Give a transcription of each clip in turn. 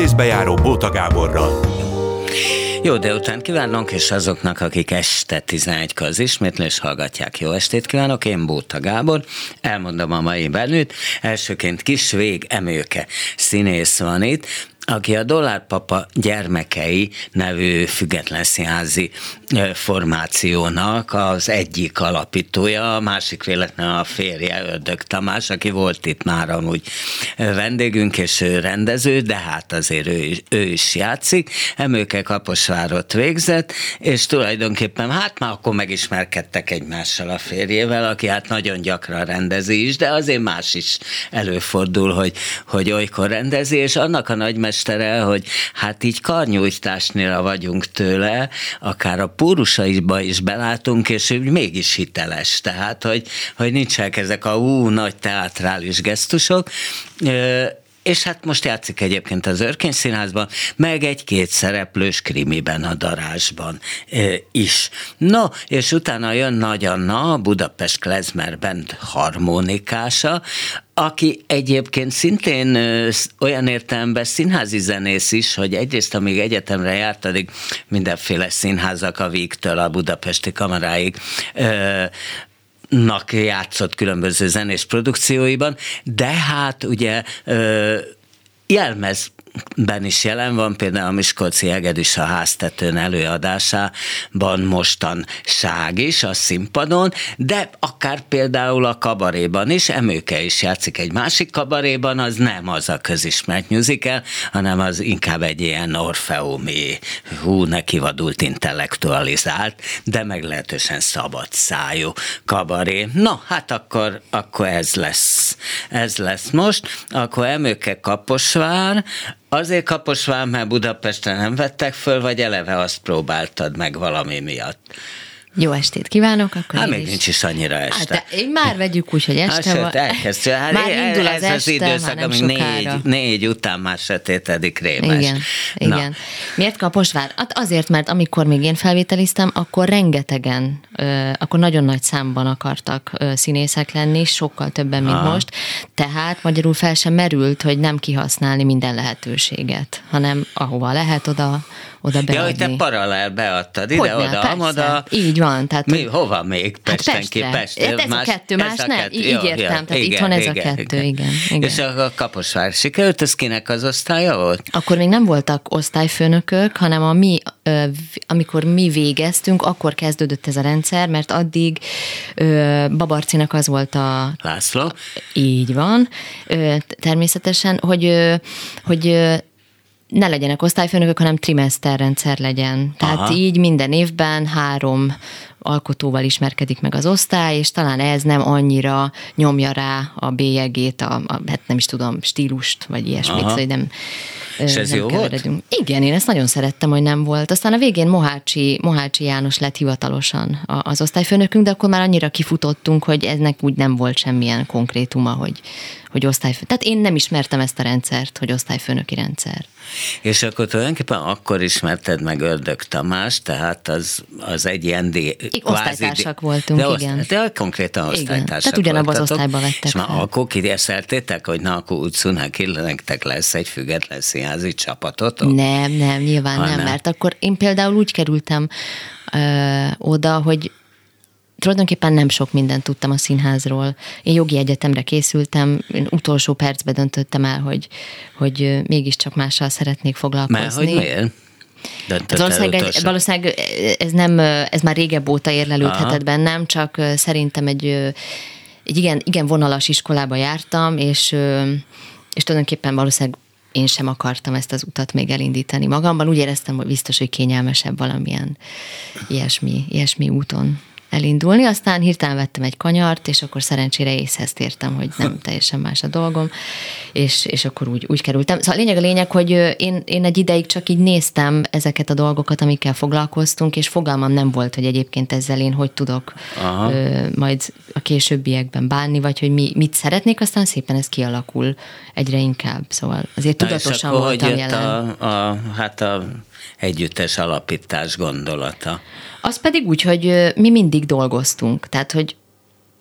Színészbe járó Bóta Gáborral. Jó délután kívánok, és azoknak, akik este 11-kor az ismétlés hallgatják, jó estét kívánok, én Bóta Gábor, elmondom a mai benőt. Elsőként Kisvég Emőke színész van itt, aki a Dollárpapa gyermekei nevű független színházi formációnak az egyik alapítója, a másik véletlenül a férje, Ördög Tamás, aki volt itt már amúgy vendégünk, és ő rendező, de hát azért ő is játszik. Emőke Kaposvárot végzett, és tulajdonképpen hát már akkor megismerkedtek egymással a férjével, aki hát nagyon gyakran rendezi is, de azért más is előfordul, hogy olykor rendezi, és annak a nagymestere, hogy hát így karnyújtásnyira vagyunk tőle, akár a pórusaiba is belátunk, és ő mégis hiteles, tehát, hogy nincsenek ezek a nagy teátrális gesztusok, és hát most játszik egyébként az Örkény Színházban, meg egy-két szereplős krimiben, a Darázsban is. No, és utána jön Nagy Anna, a Budapest Klezmer Band harmonikása, aki egyébként szintén olyan értelemben színházi zenész is, hogy egyrészt, amíg egyetemre járt, addig mindenféle színházak, a Vígtől a budapesti kamaráig játszott különböző zenés produkcióiban, de hát ugye jelmezben is jelen van, például a Miskolci Hegedűs a háztetőn előadásában mostanság is a színpadon, de akár például a kabaréban is, Emőke is játszik egy másik kabaréban, az nem az a közismert musical, hanem az inkább egy ilyen orfeumi, neki vadult intellektualizált, de meglehetősen szabad szájú kabaré. No, hát akkor ez lesz most, akkor Emőke Kaposvár. Azért Kaposvár, mert Budapesten nem vettek föl, vagy eleve azt próbáltad meg valami miatt? Jó estét kívánok, akkor hát még is. Nincs is annyira este. Hát már vegyük úgy, hogy este van. Hát már indul az este, időszak, amíg 4 után már sötétedik rémes. Igen. Miért Kaposvár? Hát azért, mert amikor még én felvételiztem, akkor rengetegen, akkor nagyon nagy számban akartak színészek lenni, sokkal többen, mint most. Tehát magyarul fel sem merült, hogy nem kihasználni minden lehetőséget, hanem ahova lehet, oda beadni. Ja, hogy te paralel beadtad ide-oda, amoda. Így van. Tehát, hova még? Pesten ki? Pest. Ez a kettő, más nem? Így értem, tehát igen, itthon ez igen, a kettő, igen. És a Kaposvár sikerült, ez kinek az osztálya volt? Akkor még nem voltak osztályfőnökök, hanem amikor mi végeztünk, akkor kezdődött ez a rendszer, mert addig Babarcinak az volt a... László? Így van. Természetesen, hogy ne legyenek osztályfőnökök, hanem trimeszterrendszer legyen. Tehát így minden évben 3 alkotóval ismerkedik meg az osztály, és talán ez nem annyira nyomja rá a bélyegét, hát nem is tudom, stílust, vagy ilyesmit, hogy nem. És ez nem jó volt? Igen, én ezt nagyon szerettem, hogy nem volt. Aztán a végén Mohácsi János lett hivatalosan az osztályfőnökünk, de akkor már annyira kifutottunk, hogy eznek úgy nem volt semmilyen konkrétuma, hogy osztályfőnök. Tehát én nem ismertem ezt a rendszert, hogy osztályfőnöki rendszer. És akkor tulajdonképpen akkor ismerted meg Ördög Tamás, tehát az egy ilyen osztálytársak voltunk, igen. De konkrétan osztálytársak tehát ugyanabban az osztályban vettek. És már akkor kireszeltétek, hogy na, akkor úgy nektek lesz egy független színházi csapatotok? Nem, nyilván nem, mert akkor én például úgy kerültem oda, hogy tulajdonképpen nem sok mindent tudtam a színházról. Én jogi egyetemre készültem, én utolsó percben döntöttem el, hogy mégiscsak mással szeretnék foglalkozni. Mert hogy miért? Valószínűleg ez már régebb óta érlelődhetett bennem, csak szerintem egy igen vonalas iskolába jártam, és tulajdonképpen valószínűleg én sem akartam ezt az utat még elindítani magamban. Úgy éreztem, hogy biztos, hogy kényelmesebb valamilyen ilyesmi úton elindulni, aztán hirtelen vettem egy kanyart, és akkor szerencsére észhez tértem, hogy nem teljesen más a dolgom, és akkor úgy kerültem. Szóval a lényeg, hogy én egy ideig csak így néztem ezeket a dolgokat, amikkel foglalkoztunk, és fogalmam nem volt, hogy egyébként ezzel én hogy tudok majd a későbbiekben bánni, vagy hogy mit szeretnék, aztán szépen ez kialakul egyre inkább. Szóval azért tudatosan voltam jelen. A együttes alapítás gondolata. Az pedig úgy, hogy mi mindig dolgoztunk, tehát, hogy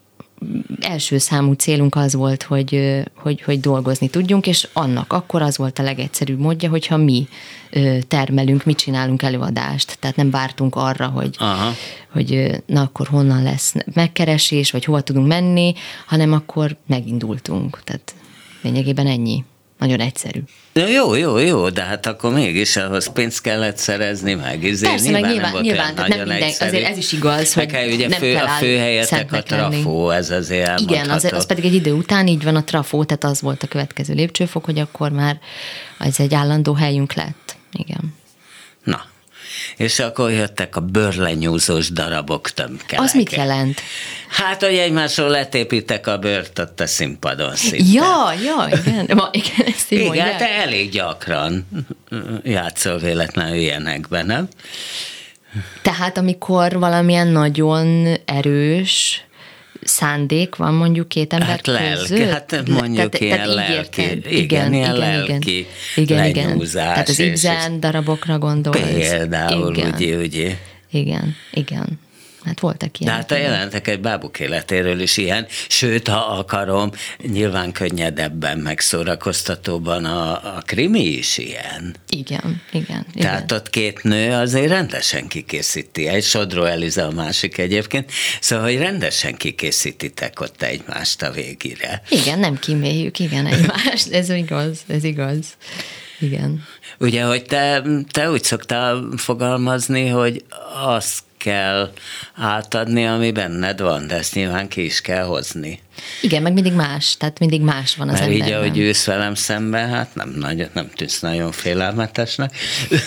első számú célunk az volt, hogy dolgozni tudjunk, és annak akkor az volt a legegyszerűbb módja, hogyha mi termelünk, mi csinálunk előadást. Tehát nem vártunk arra, hogy na akkor honnan lesz megkeresés, vagy hova tudunk menni, hanem akkor megindultunk. Tehát lényegében ennyi. Nagyon egyszerű. Jó, de hát akkor mégis ahhoz pénzt kellett szerezni, meg persze, meg nyilván nem minden, azért ez is igaz, hogy ugye nem kell a főhelyetek a trafó, ez azért elmondható. Igen, az pedig egy idő után így van a trafó, tehát az volt a következő lépcsőfok, hogy akkor már ez egy állandó helyünk lett. Igen. Na, és akkor jöttek a bőrlenyúzós darabok tömkelek. Az mit jelent? Hát, hogy egymásról letépítek a bőrt ott a színpadon szinte. Ja, igen. Igen, ezt így igen, mondják. te elég gyakran játszol véletlenül ilyenekben, nem? Tehát amikor valamilyen nagyon erős szándék van mondjuk két ember között. Hát mondjuk ilyen lelki, ilyen lelki lenyúzás. Tehát az Ibsen darabokra gondolsz. Például, ugye. Igen. Hát voltak ilyen. De hát jelentek egy bábuk életéről is ilyen, sőt, ha akarom, nyilván könnyedebben, megszórakoztatóban a krimi is ilyen. Igen. Tehát ott két nő azért rendesen kikészíti. Egy Sodró Eliza, a másik egyébként. Szóval, hogy rendesen kikészítitek ott egymást a végére. Igen, nem kíméljük, egymást. Ez igaz. Igen. Ugye, hogy te úgy szoktál fogalmazni, hogy azt kell átadni, ami benned van, de ezt nyilván ki is kell hozni. Igen, meg mindig más, tehát mindig más van az emberben. Mert így, ahogy ülsz velem szemben, hát nem tűnsz nagyon félelmetesnek.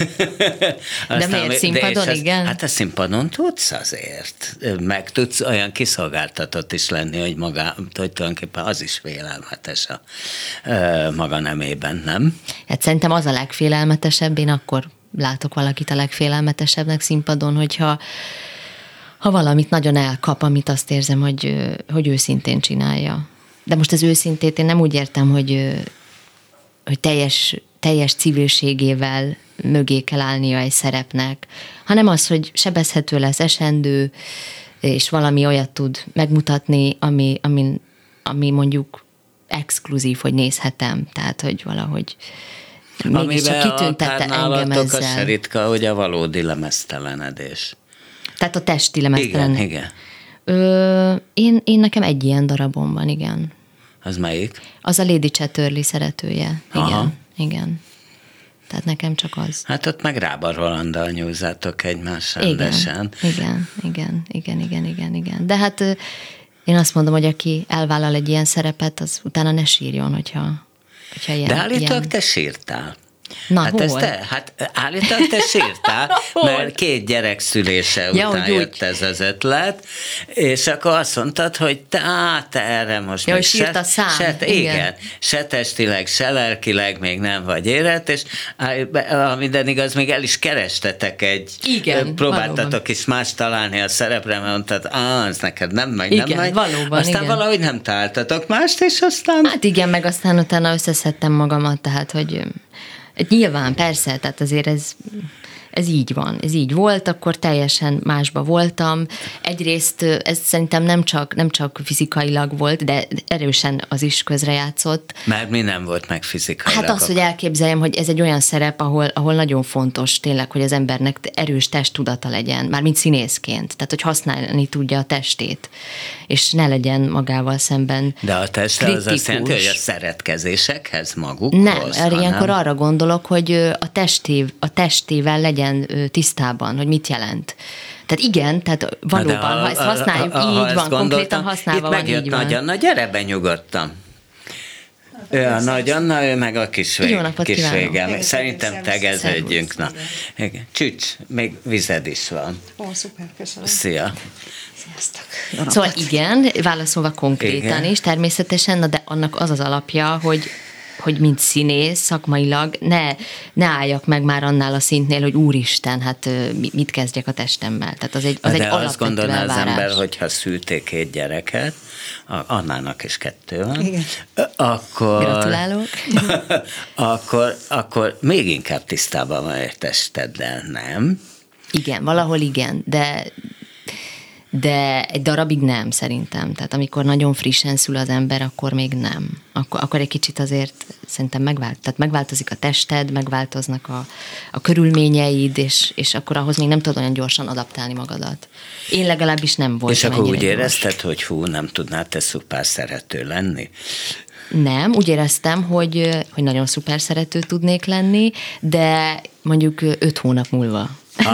De miért színpadon, igen? Hát a színpadon tudsz azért. Meg tudsz olyan kiszolgáltatott is lenni, hogy tulajdonképpen az is félelmetes a maga nemében, nem? Hát szerintem az a legfélelmetesebb, én akkor látok valakit a legfélelmetesebbnek színpadon, hogyha valamit nagyon elkap, amit azt érzem, hogy őszintén csinálja. De most az őszintét én nem úgy értem, hogy teljes civilségével mögé kell állnia egy szerepnek, hanem az, hogy sebezhető lesz, esendő, és valami olyat tud megmutatni, ami mondjuk exkluzív, hogy nézhetem, tehát hogy valahogy mégiscsak kitüntette engem ezzel. Az se ritka, hogy a valódi lemeztelenedés. Tehát a testi lemeztelenedés. Igen. Én nekem egy ilyen darabom van, igen. Az melyik? Az a Lady Chatterley szeretője. Aha. Igen. Tehát nekem csak az. Hát ott meg Rába Rolanddal nyújzátok egymás rendesen. Igen. De hát én azt mondom, hogy aki elvállal egy ilyen szerepet, az utána ne sírjon, hogyha ilyen. De állítólag te sírtál. Na, hát hol? Állítólag te sírtál, mert 2 gyerek szülése után jött ez az ötlet, és akkor azt mondtad, hogy te erre most még sírt a szám. Igen, se testileg, se lelkileg még nem vagy érett, és minden igaz, még el is kerestetek próbáltatok valóban is más találni a szerepre, mert mondtad, az neked nem megy. Valóban, aztán valahogy nem találtatok mást, és aztán... Hát igen, meg aztán utána összeszedtem magamat, tehát, hogy nyilván, persze, tehát azért ez így van. Ez így volt, akkor teljesen másba voltam. Egyrészt ez szerintem nem csak fizikailag volt, de erősen az is közrejátszott. Mert mi nem volt meg fizikailag? Hát az, hogy elképzeljem, hogy ez egy olyan szerep, ahol nagyon fontos tényleg, hogy az embernek erős testtudata legyen, mármint színészként. Tehát, hogy használni tudja a testét, és ne legyen magával szemben de a test az azt jelenti, hogy a szeretkezésekhez magukhoz? Nem, ilyenkor arra gondolok, hogy a testével legyen tisztában, hogy mit jelent. Tehát igen, tehát valóban, ha ezt használjuk, így van, konkrétan használva van, így van. Nagy Anna, gyere be nyugodtan. Ő a Nagy Anna, ő meg a kis végem. Szerintem tegeződjünk. Na. Csücs, még vized is van. Ó, szuper, köszönöm. Szia. Sziasztok. Szóval igen, válaszolva konkrétan is, természetesen, de annak az az alapja, hogy mint színész szakmailag ne álljak meg már annál a szintnél, hogy úristen, hát mit kezdjek a testemmel. Tehát az egy alapvető elvárás. De azt gondolná az ember, hogyha szülték 2 gyereket, Annának is 2 van, igen. Akkor... Gratulálok. akkor még inkább tisztában van egy testeddel, nem? Igen, valahol igen, de de egy darabig nem szerintem. Tehát amikor nagyon frissen szül az ember, akkor még nem. Akkor egy kicsit azért szerintem megváltozik a tested, megváltoznak a körülményeid, és akkor ahhoz még nem tudod olyan gyorsan adaptálni magadat. Én legalábbis nem voltam. És akkor úgy gyors. érezted, hogy nem tudnál te szuper szerető lenni? Nem, úgy éreztem, hogy nagyon szuper szerető tudnék lenni, de mondjuk 5 hónap múlva.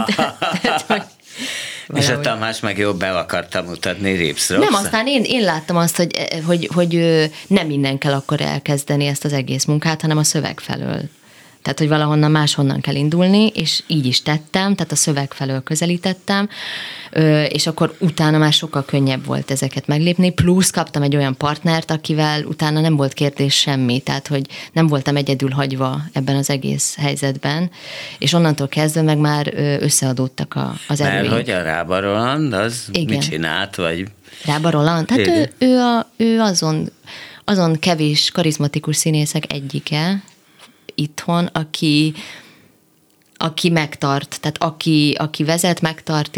És a Tamás meg jobb be akarta mutatni Ripsrox. Nem, aztán én láttam azt, hogy nem innen kell akkor elkezdeni ezt az egész munkát, hanem a szöveg felől. Tehát, hogy valahonnan máshonnan kell indulni, és így is tettem, tehát a szöveg felől közelítettem, és akkor utána már sokkal könnyebb volt ezeket meglépni, plusz kaptam egy olyan partnert, akivel utána nem volt kérdés semmi, tehát, hogy nem voltam egyedül hagyva ebben az egész helyzetben, és onnantól kezdve meg már összeadódtak az erőink. Mert hogy a Rába Roland, az igen. Mit csinált, vagy... Rába Roland? Hát ő azon kevés karizmatikus színészek egyike, itthon, aki megtart, tehát aki vezet, megtart,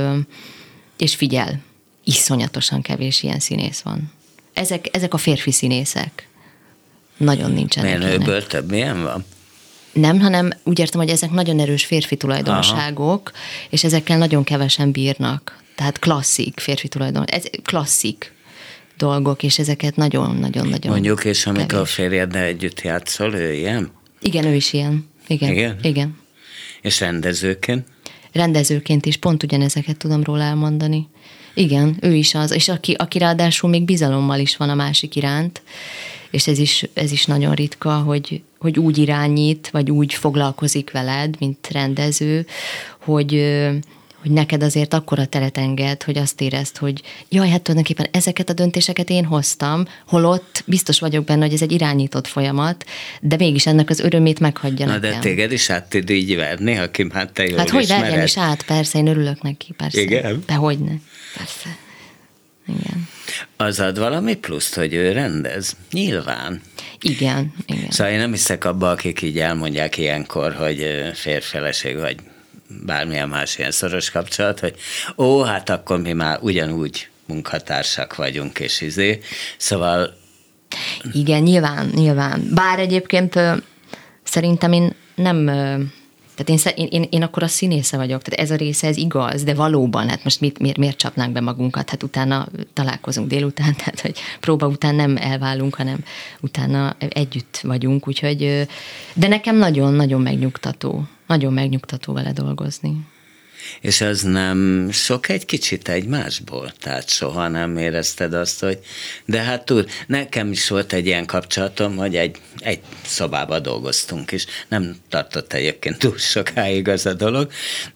és figyel. Iszonyatosan kevés ilyen színész van. Ezek a férfi színészek. Nagyon nincsenek. Milyen nőből több milyen van? Nem, hanem úgy értem, hogy ezek nagyon erős férfi tulajdonságok, és ezekkel nagyon kevesen bírnak. Tehát klasszik férfi tulajdon. Ez klasszik dolgok, és ezeket nagyon-nagyon-nagyon mondjuk, és amikor a férjeddel együtt játszol, ő ilyen? Igen, ő is ilyen. Igen. És rendezőként? Rendezőként is pont ugyanezeket tudom róla elmondani. Igen, ő is az, és aki ráadásul még bizalommal is van a másik iránt, és ez is nagyon ritka, hogy úgy irányít, vagy úgy foglalkozik veled, mint rendező, hogy neked azért akkora teret enged, hogy azt érezd, hogy jaj, hát tulajdonképpen ezeket a döntéseket én hoztam, holott biztos vagyok benne, hogy ez egy irányított folyamat, de mégis ennek az örömét meghagyja nekem. De téged is át tud így verni, aki már te jól hát hogy verjen is át, persze, én örülök neki, persze. Igen? Dehogyne, persze. Igen. Az ad valami pluszt, hogy ő rendez? Nyilván. Igen. Szóval én nem hiszek abba, akik így elmondják ilyenkor, hogy férfeleség vagy bármilyen más ilyen szoros kapcsolat, hogy hát akkor mi már ugyanúgy munkatársak vagyunk, és szóval... Igen, nyilván. Bár egyébként szerintem én nem... Tehát én akkor a színésze vagyok, tehát ez a része, ez igaz, de valóban, hát most miért csapnánk be magunkat, hát utána találkozunk délután, tehát hogy próba után nem elválunk, hanem utána együtt vagyunk, úgyhogy, de nekem nagyon-nagyon megnyugtató vele dolgozni. És az nem sok egy kicsit egymásból? Tehát soha nem érezted azt, hogy... De hát túl, nekem is volt egy ilyen kapcsolatom, hogy egy szobában dolgoztunk is. Nem tartott egyébként túl sokáig az a dolog,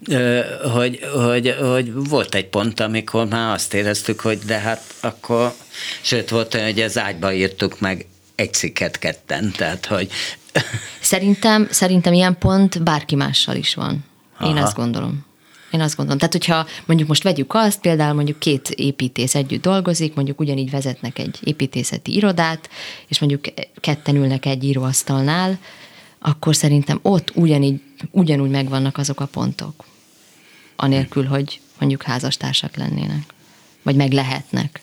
hogy volt egy pont, amikor már azt éreztük, hogy de hát akkor... Sőt, volt olyan, hogy az ágyba írtuk meg egy cikket ketten, tehát hogy... Szerintem ilyen pont bárki mással is van. Én azt gondolom. Tehát, hogyha mondjuk most vegyük azt, például mondjuk 2 építész együtt dolgozik, mondjuk ugyanígy vezetnek egy építészeti irodát, és mondjuk ketten ülnek egy íróasztalnál, akkor szerintem ott ugyanúgy megvannak azok a pontok. Anélkül, hogy mondjuk házastársak lennének. Vagy meg lehetnek.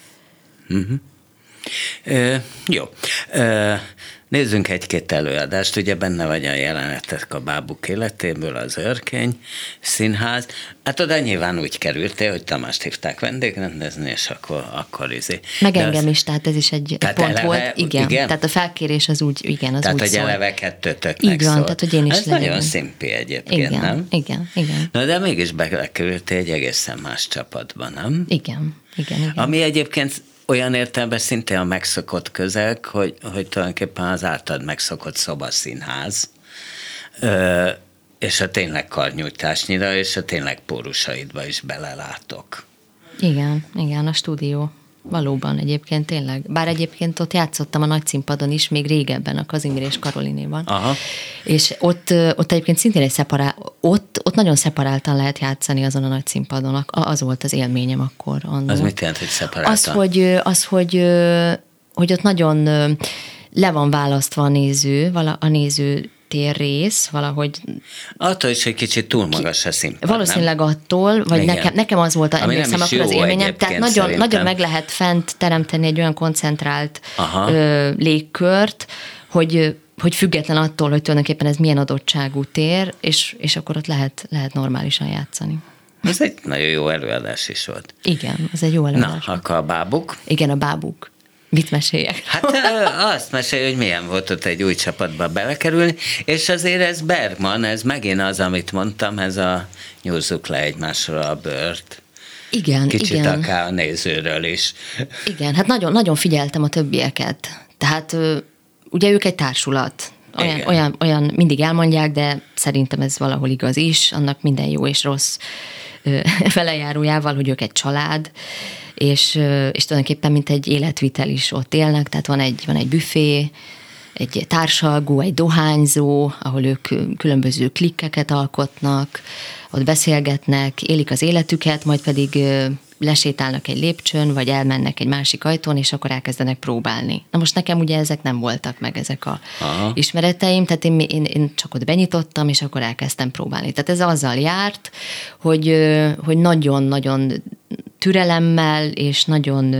Jó. Nézzünk egy-két előadást, ugye benne vagy a jelenetek a Bábuk életéből, az Örkény Színház. Hát oda nyilván úgy kerültél, hogy Tamást hívták vendégrendezni, és akkor Meg engem is, tehát ez is egy pont eleve, volt. Igen. Tehát a felkérés az úgy, igen, az tehát, úgy szól. Tehát, hogy eleve kettőtöknek így van, szólt. tehát, hogy én is ez nagyon szimpi egyébként, igen, nem? Igen. Na, de mégis belekerültél egy egészen más csapatba, nem? Igen. Ami egyébként olyan értelemben szintén a megszokott közeg, hogy tulajdonképpen az általad megszokott szobaszínház, és a tényleg karnyújtásnyira, és a tényleg pórusaidba is belelátok. Igen, a stúdió. Valóban egyébként tényleg. Bár egyébként ott játszottam a nagyszínpadon is, még régebben, a Kazimír és Karolinéban. Aha. És ott egyébként szintén ott nagyon szeparáltan lehet játszani azon a nagyszínpadon. Az volt az élményem akkor. Annól. Az mit jelent, hogy szeparáltan? Az, hogy ott nagyon le van választva a néző térrész valahogy... Attól is egy kicsit túl magas a színpad, valószínűleg nem? attól, vagy nekem az volt, emlékszem akkor az élményem, tehát nagyon meg lehet fent teremteni egy olyan koncentrált légkört, hogy független attól, hogy tulajdonképpen ez milyen adottságú tér, és akkor ott lehet normálisan játszani. Ez egy nagyon jó előadás is volt. Igen, ez egy jó előadás. Na, akkor a bábuk? Igen, a bábuk. Mit meséljek? Hát azt mesélj, hogy milyen volt ott egy új csapatba belekerülni, és azért ez Bergman, ez megint az, amit mondtam, ez a nyúzzuk le egymásra a bőrt. Igen, Kicsit igen. akár a nézőről is. Igen, hát nagyon, nagyon figyeltem a többieket. Tehát ugye ők egy társulat. Olyan mindig elmondják, de szerintem ez valahol igaz is, annak minden jó és rossz velejárójával, hogy ők egy család, és tulajdonképpen mint egy életvitel is ott élnek, tehát van egy büfé, egy társalgó, egy dohányzó, ahol ők különböző klikkeket alkotnak, ott beszélgetnek, élik az életüket, majd pedig lesétálnak egy lépcsőn, vagy elmennek egy másik ajtón, és akkor elkezdenek próbálni. Na most nekem ugye ezek nem voltak meg, ezek a ismereteim, tehát én csak ott benyitottam, és akkor elkezdtem próbálni. Tehát ez azzal járt, hogy nagyon-nagyon türelemmel, és nagyon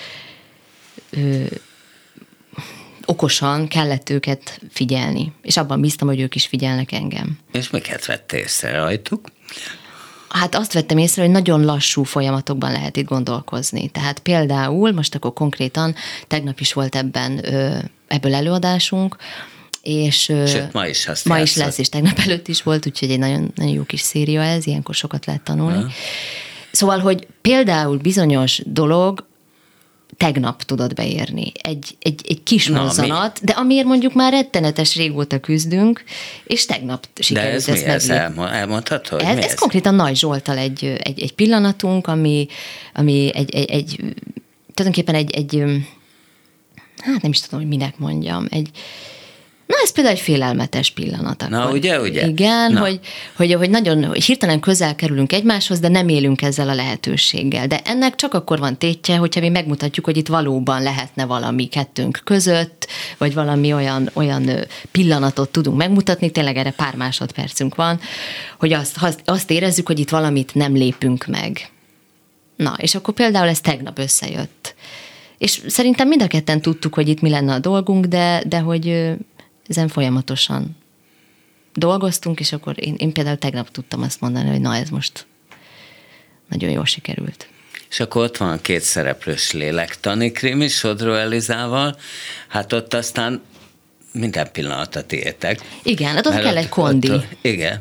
okosan kellett őket figyelni. És abban bíztam, hogy ők is figyelnek engem. És miket vett észre rajtuk? Hát azt vettem észre, hogy nagyon lassú folyamatokban lehet itt gondolkozni. Tehát például, most akkor konkrétan, tegnap is volt ebből előadásunk, és sőt, ma is lesz, és tegnap előtt is volt, úgyhogy egy nagyon, nagyon jó kis széria ez, ilyenkor sokat lehet tanulni. Szóval, hogy például bizonyos dolog tegnap tudod beérni. Egy kis mozzanat, de amiért mondjuk már rettenetes régóta küzdünk, és tegnap sikerült ezt megírni. De ez mi ez? Elmondhatod? Ez konkrétan Nagy Zsolttal egy pillanatunk, ami tulajdonképpen egy hát nem is tudom, hogy minek mondjam, na, ez például egy félelmetes pillanat. Akkor. Na, ugye? Igen, na. Hogy nagyon hirtelen közel kerülünk egymáshoz, de nem élünk ezzel a lehetőséggel. De ennek csak akkor van tétje, hogyha mi megmutatjuk, hogy itt valóban lehetne valami kettőnk között, vagy valami olyan pillanatot tudunk megmutatni, tényleg erre pár másodpercünk van, hogy azt érezzük, hogy itt valamit nem lépünk meg. Na, és akkor például ez tegnap összejött. És szerintem mind a ketten tudtuk, hogy itt mi lenne a dolgunk, de hogy ezen folyamatosan dolgoztunk, és akkor én például tegnap tudtam azt mondani, hogy na, ez most nagyon jól sikerült. És akkor ott van 2 szereplős lélektani krimi Sodró Elizával, hát ott aztán minden pillanat a tiétek. Igen, hát ott kell egy kondi. Igen.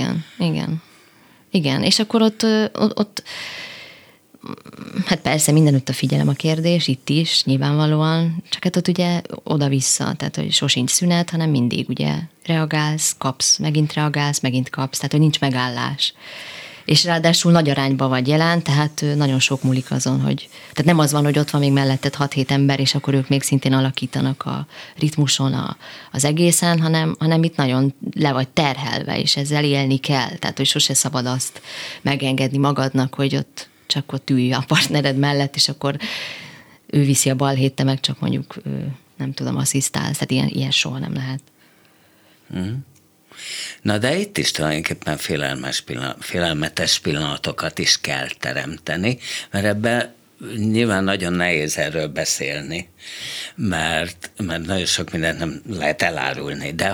Igen, és akkor ott hát persze mindenütt a figyelem a kérdés, itt is nyilvánvalóan, csak hát ott ugye oda-vissza, tehát hogy sosincs szünet, hanem mindig ugye reagálsz, kapsz, megint kapsz, tehát hogy nincs megállás. És ráadásul nagy arányban vagy jelen, tehát nagyon sok múlik azon, hogy tehát nem az van, hogy ott van még melletted 6-7 ember, és akkor ők még szintén alakítanak a ritmuson az egészen, hanem itt nagyon le vagy terhelve, és ezzel élni kell, tehát hogy sose szabad azt megengedni magadnak, hogy ott csak ott ülj a partnered mellett, és akkor ő viszi a balhét, te meg csak mondjuk, nem tudom, asszisztálsz, tehát ilyen soha nem lehet. Na de itt is tulajdonképpen félelmetes pillanatokat is kell teremteni, mert ebben nyilván nagyon nehéz erről beszélni, mert nagyon sok mindent nem lehet elárulni, de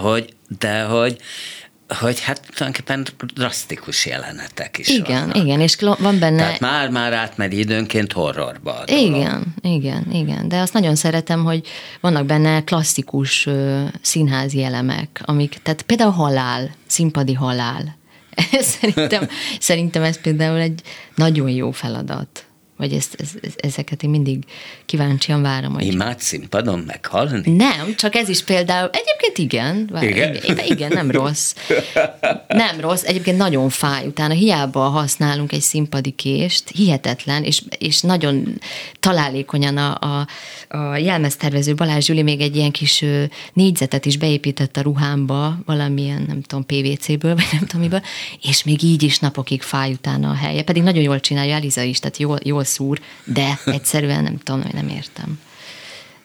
hogy hát tulajdonképpen drasztikus jelenetek is vannak. Igen, és van benne... Tehát már átmegy időnként horrorba a dolog. Igen, de azt nagyon szeretem, hogy vannak benne klasszikus színházi elemek, tehát például halál, színpadi halál. Szerintem ez például egy nagyon jó feladat. Vagy ezeket én mindig kíváncsian várom. Hogy... Imád színpadon meghalni? Nem, csak ez is például, egyébként igen, nem rossz. Nem rossz, egyébként nagyon fáj. Utána hiába használunk egy színpadi kést, hihetetlen, és nagyon találékonyan a jelmeztervező Balázs Gyuri még egy ilyen kis négyzetet is beépített a ruhámba, valamilyen, nem tudom, PVC-ből, vagy nem tudom miből, és még így is napokig fáj utána a helye. Pedig nagyon jól csinálja Eliza is, tehát jól szúr, de egyszerűen nem tudom, hogy nem értem.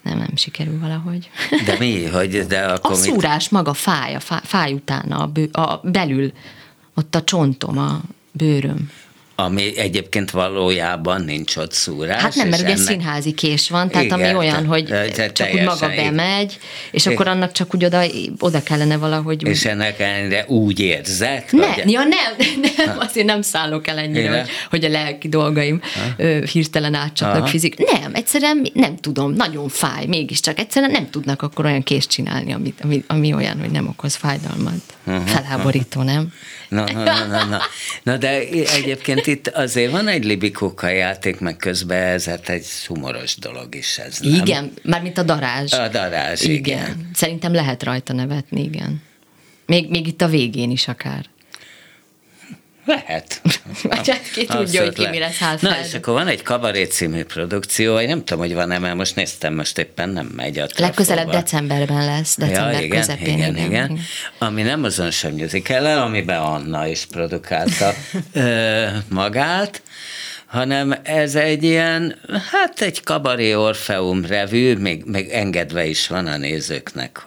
nem sikerül valahogy. De mi? De akkor a szúrás maga fáj utána, belül, ott a csontom, a bőröm. Ami egyébként valójában nincs ott szúrás. Hát nem, mert ugye színházi kés van, tehát igen, ami olyan, hogy csak úgy maga bemegy, és akkor annak csak úgy oda kellene valahogy... És ennek ellenére úgy érzed? Nem, azért nem szállok el ennyire, hogy a lelki dolgaim hirtelen átcsapnak fizik. Nem, egyszerűen nem tudom, nagyon fáj, mégiscsak egyszerűen nem tudnak akkor olyan kést csinálni, ami olyan, hogy nem okoz fájdalmat. Felháborító, nem? Na, de egyébként itt azért van egy libikóka játék, meg közben ez hát egy humoros dolog is ez, nem? Igen, mármint a darázs. A darázs, igen. Szerintem lehet rajta nevetni, igen. Még itt a végén is akár. Lehet. Ki tudja, hogy ki mire száll fel. Na, és akkor van egy Kabaré című produkció, én nem tudom, hogy van-e, mert most néztem, most éppen nem megy a legközelebb decemberben lesz, december közepén. Igen. Ami nem azon sem musical-el, amiben Anna is produkálta magát, hanem ez egy ilyen, hát egy Kabaré Orfeum revű, még engedve is van a nézőknek,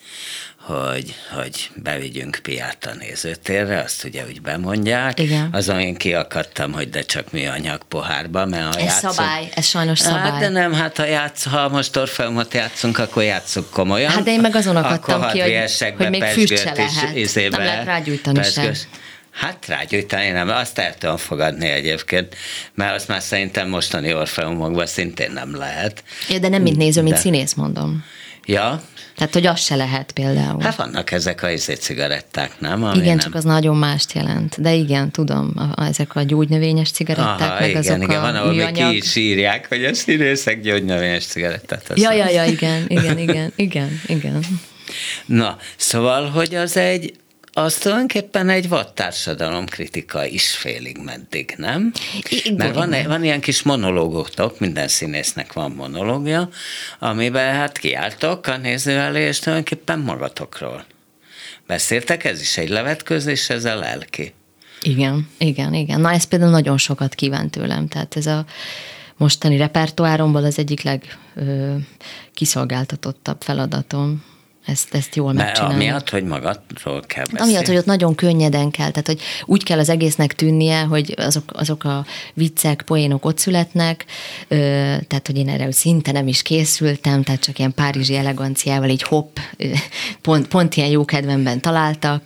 hogy bevigyünk Piát a nézőtérre, azt ugye úgy bemondják. Igen. Azon én kiakadtam, hogy de csak műanyag pohárba, mert ez szabály, ez sajnos szabály. Hát de nem, ha most Orfeumot játszunk, akkor játsszuk komolyan. Hát de én meg azon akadtam ki, hogy még füst se lehet. Nem lehet rágyújtani sem. Hát rágyújtani nem, azt el tudom fogadni egyébként, mert azt már szerintem mostani Orfeumokban szintén nem lehet. Ja, de nem mint néző, mint színész, mondom. Ja. Tehát, hogy az se lehet például. Hát vannak ezek a cigaretták, nem? Igen, nem... csak az nagyon mást jelent. De igen, tudom, ezek a gyógynövényes cigaretták, meg igen, azok van, ahol még ki is írják, hogy a színészek gyógynövényes cigarettát használnak. Ja, igen. Na, szóval, hogy az tulajdonképpen egy vadtársadalomkritika is félig meddig, nem? Mert van ilyen kis monológotok, minden színésznek van monológia, amiben hát kiálltok a néző elé, és tulajdonképpen magatokról. Beszéltek, ez is egy levetkőzés, ez a lelki. Igen. Na, ez például nagyon sokat kíván tőlem, tehát ez a mostani repertoáromból az egyik legkiszolgáltatottabb feladatom. Ezt jól megcsinálni. Amiatt, hogy magadról kell beszélni. Amiatt, hogy ott nagyon könnyeden kell, tehát hogy úgy kell az egésznek tűnnie, hogy azok a viccek, poénok ott születnek, tehát hogy én erre szinte nem is készültem, tehát csak ilyen párizsi eleganciával így hopp, pont ilyen jó kedvemben találtak,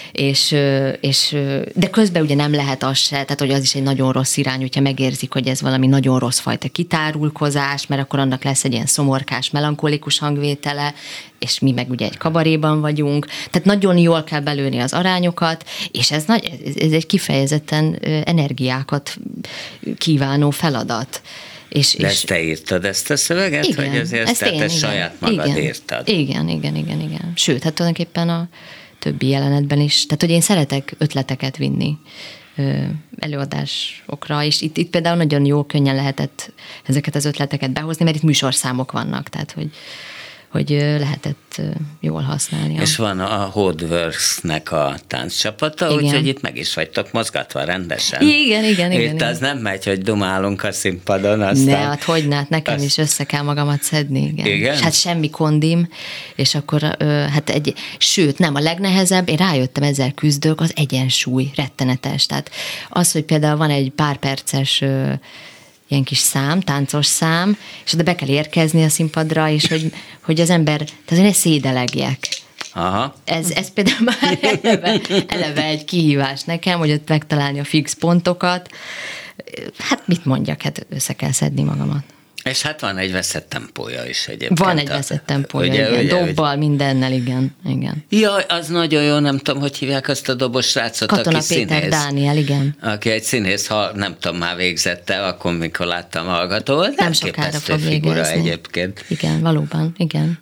de közben ugye nem lehet az se, tehát hogy az is egy nagyon rossz irány, hogyha megérzik, hogy ez valami nagyon rossz fajta kitárulkozás, mert akkor annak lesz egy ilyen szomorkás, melankolikus hangvétele, és mi meg ugye egy kabaréban vagyunk, tehát nagyon jól kell belőni az arányokat, és ez egy kifejezetten energiákat kívánó feladat. De ezt te írtad ezt a szöveget? Igen, hogy ezt te saját magad írtad? Igen. Sőt, hát tulajdonképpen a többi jelenetben is. Tehát, hogy én szeretek ötleteket vinni előadásokra, és itt például nagyon jó, könnyen lehetett ezeket az ötleteket behozni, mert itt műsorszámok vannak, tehát, hogy lehetett jól használni. És van a Hodeworks-nek a tánccsapata, úgyhogy itt meg is vagytok mozgatva rendesen. Igen. Itt az nem megy, hogy dumálunk a színpadon, aztán... Ne, hát hogyne, nekem is össze kell magamat szedni. Igen? És hát semmi kondim, és akkor sőt, nem, a legnehezebb, én rájöttem, ezzel küzdök, az egyensúly, rettenetes. Tehát az, hogy például van egy pár perces ilyen kis szám, táncos szám, és oda be kell érkezni a színpadra, és hogy az ember, tehát ne szédelegjek. Aha. Ez például már eleve egy kihívás nekem, hogy ott megtalálni a fix pontokat. Hát mit mondjak, hát össze kell szedni magamat. És hát van egy veszett tempója is egyébként. Van egy veszett tempója, igen. Dobbal, mindennel, igen. Jaj, az nagyon jó, nem tudom, hogy hívják azt a dobos srácot, Katona aki Péter színész. Dániel, igen. Aki egy színész, ha nem tudom, már végzette, akkor mikor láttam hallgató, nem sokára fog figura egyébként. Igen, valóban,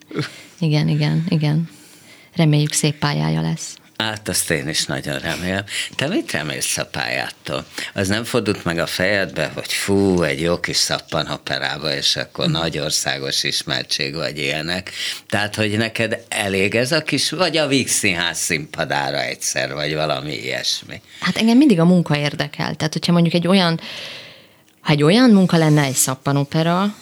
igen. Reméljük szép pályája lesz. Hát azt én is nagyon remélem. Te mit remélsz a pályától? Az nem fordult meg a fejedbe, hogy fú, egy jó kis szappanoperába, és akkor nagy országos ismertség vagy ilyenek. Tehát, hogy neked elég ez a kis, vagy a Víg Színház színpadára egyszer, vagy valami ilyesmi? Hát engem mindig a munka érdekel. Tehát, hogyha mondjuk egy olyan munka lenne, egy szappanopera,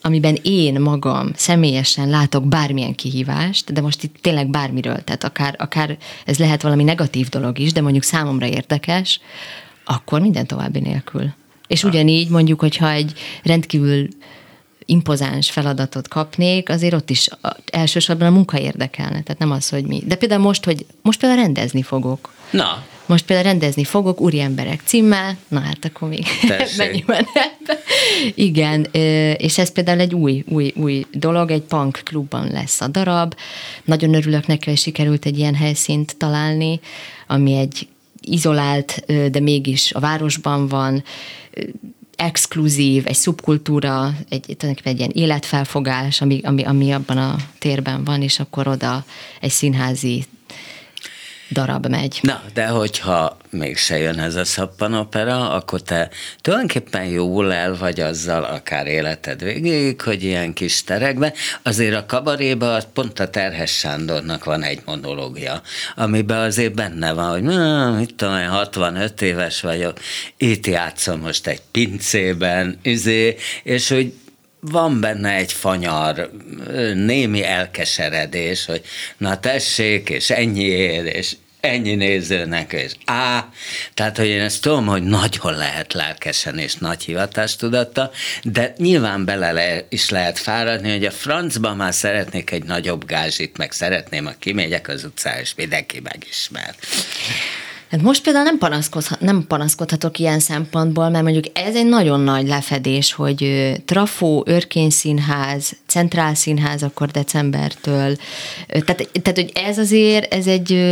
amiben én magam személyesen látok bármilyen kihívást, de most itt tényleg bármiről, tehát akár ez lehet valami negatív dolog is, de mondjuk számomra érdekes, akkor minden további nélkül. És ugyanígy mondjuk, hogyha egy rendkívül impozáns feladatot kapnék, azért ott is elsősorban a munka érdekelne, tehát nem az, hogy mi. De például most például rendezni fogok. Na. Most például rendezni fogok Úri emberek címmel, na hát akkor még menjünk ebbe. Igen, és ez például egy új dolog, egy punk klubban lesz a darab. Nagyon örülök neki, hogy sikerült egy ilyen helyszínt találni, ami egy izolált, de mégis a városban van, exkluzív, egy szubkultúra, tulajdonképpen egy ilyen életfelfogás, ami abban a térben van, és akkor oda egy színházi darab megy. Na, de hogyha mégse jön ez a szappanopera, akkor te tulajdonképpen jól el vagy azzal, akár életed végéig, hogy ilyen kis terekben, azért a kabaréban pont a Terhes Sándornak van egy monológia, amiben azért benne van, hogy mit tudom, 65 éves vagyok, itt játszom most egy pincében, és hogy van benne egy fanyar, némi elkeseredés, hogy na tessék, és ennyiért, és ennyi nézőnek, és tehát, hogy én ezt tudom, hogy nagyon lehet lelkesen és nagy hivatástudattal, de nyilván is lehet fáradni, hogy a francban már szeretnék egy nagyobb gázsit, meg szeretném, ha kimegyek az utcára, és mindenki megismer. Hát most például nem panaszkodhatok ilyen szempontból, mert mondjuk ez egy nagyon nagy lefedés, hogy Trafó, Örkény-színház, Centrál Színház akkor decembertől. Tehát hogy ez azért, ez egy